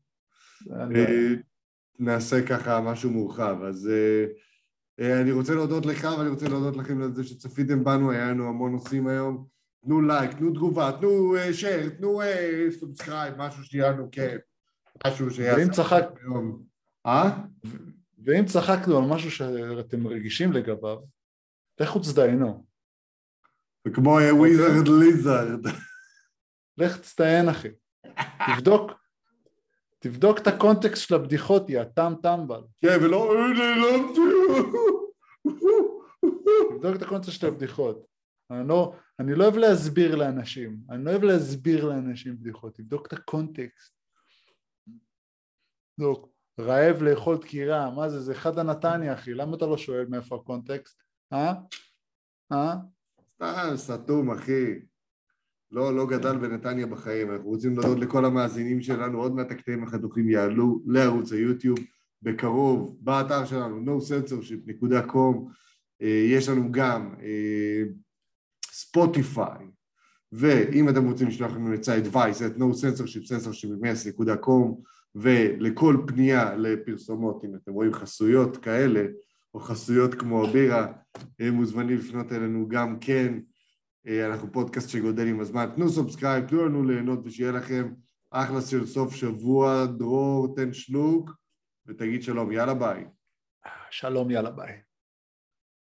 נעשה ככה משהו מורחב, אז אני רוצה להודות לך ואני רוצה להודות לכם על זה שצפיתם בנו, היה לנו המון נושאים היום. תנו לייק, תנו תגובה, תנו שייר, תנו סובסקרייב, משהו שיהיה לנו כיף, משהו שיעשה היום. ואם צחקנו על משהו שאתם רגישים לגביו, לכו תצטיינו. וכמו וויזרד ליזרד. לך תצטיין, אחי. תבדוק את הקונטקסט של הבדיחות, יא טמבל. כן, ולא... תבדוק את הקונטקסט של הבדיחות. אני לא אוהב להסביר לאנשים בדיחות. תבדוק את הקונטקסט. רעב לאכול דקירה, מה זה? זה אחד הנתניה, אחי. למה אתה לא שואל מאיפה הקונטקסט? סתם, סתום, אחי. לא גדל בנתניה בחיים. אנחנו רוצים להודות לכל המאזינים שלנו. עוד מעט הקטעים החתוכים יעלו לערוץ היוטיוב. בקרוב, באתר שלנו, nocensorship.com. יש לנו גם ספוטיפיי. ואם אתם רוצים לשלוח לנו עצה advice at nocensorship.com. ולכל פנייה לפרסומות, אם אתם רואים חסויות כאלה, או חסויות כמו הבירה, הם מוזמנים לפנות אלינו גם כן. אנחנו פודקאסט שגודל עם הזמן. תנו סובסקרייב, תנו לנו ליהנות ושיהיה לכם אחלה של סוף שבוע. דרור, תן שלוק, ותגיד שלום, יאללה ביי. שלום, יאללה ביי.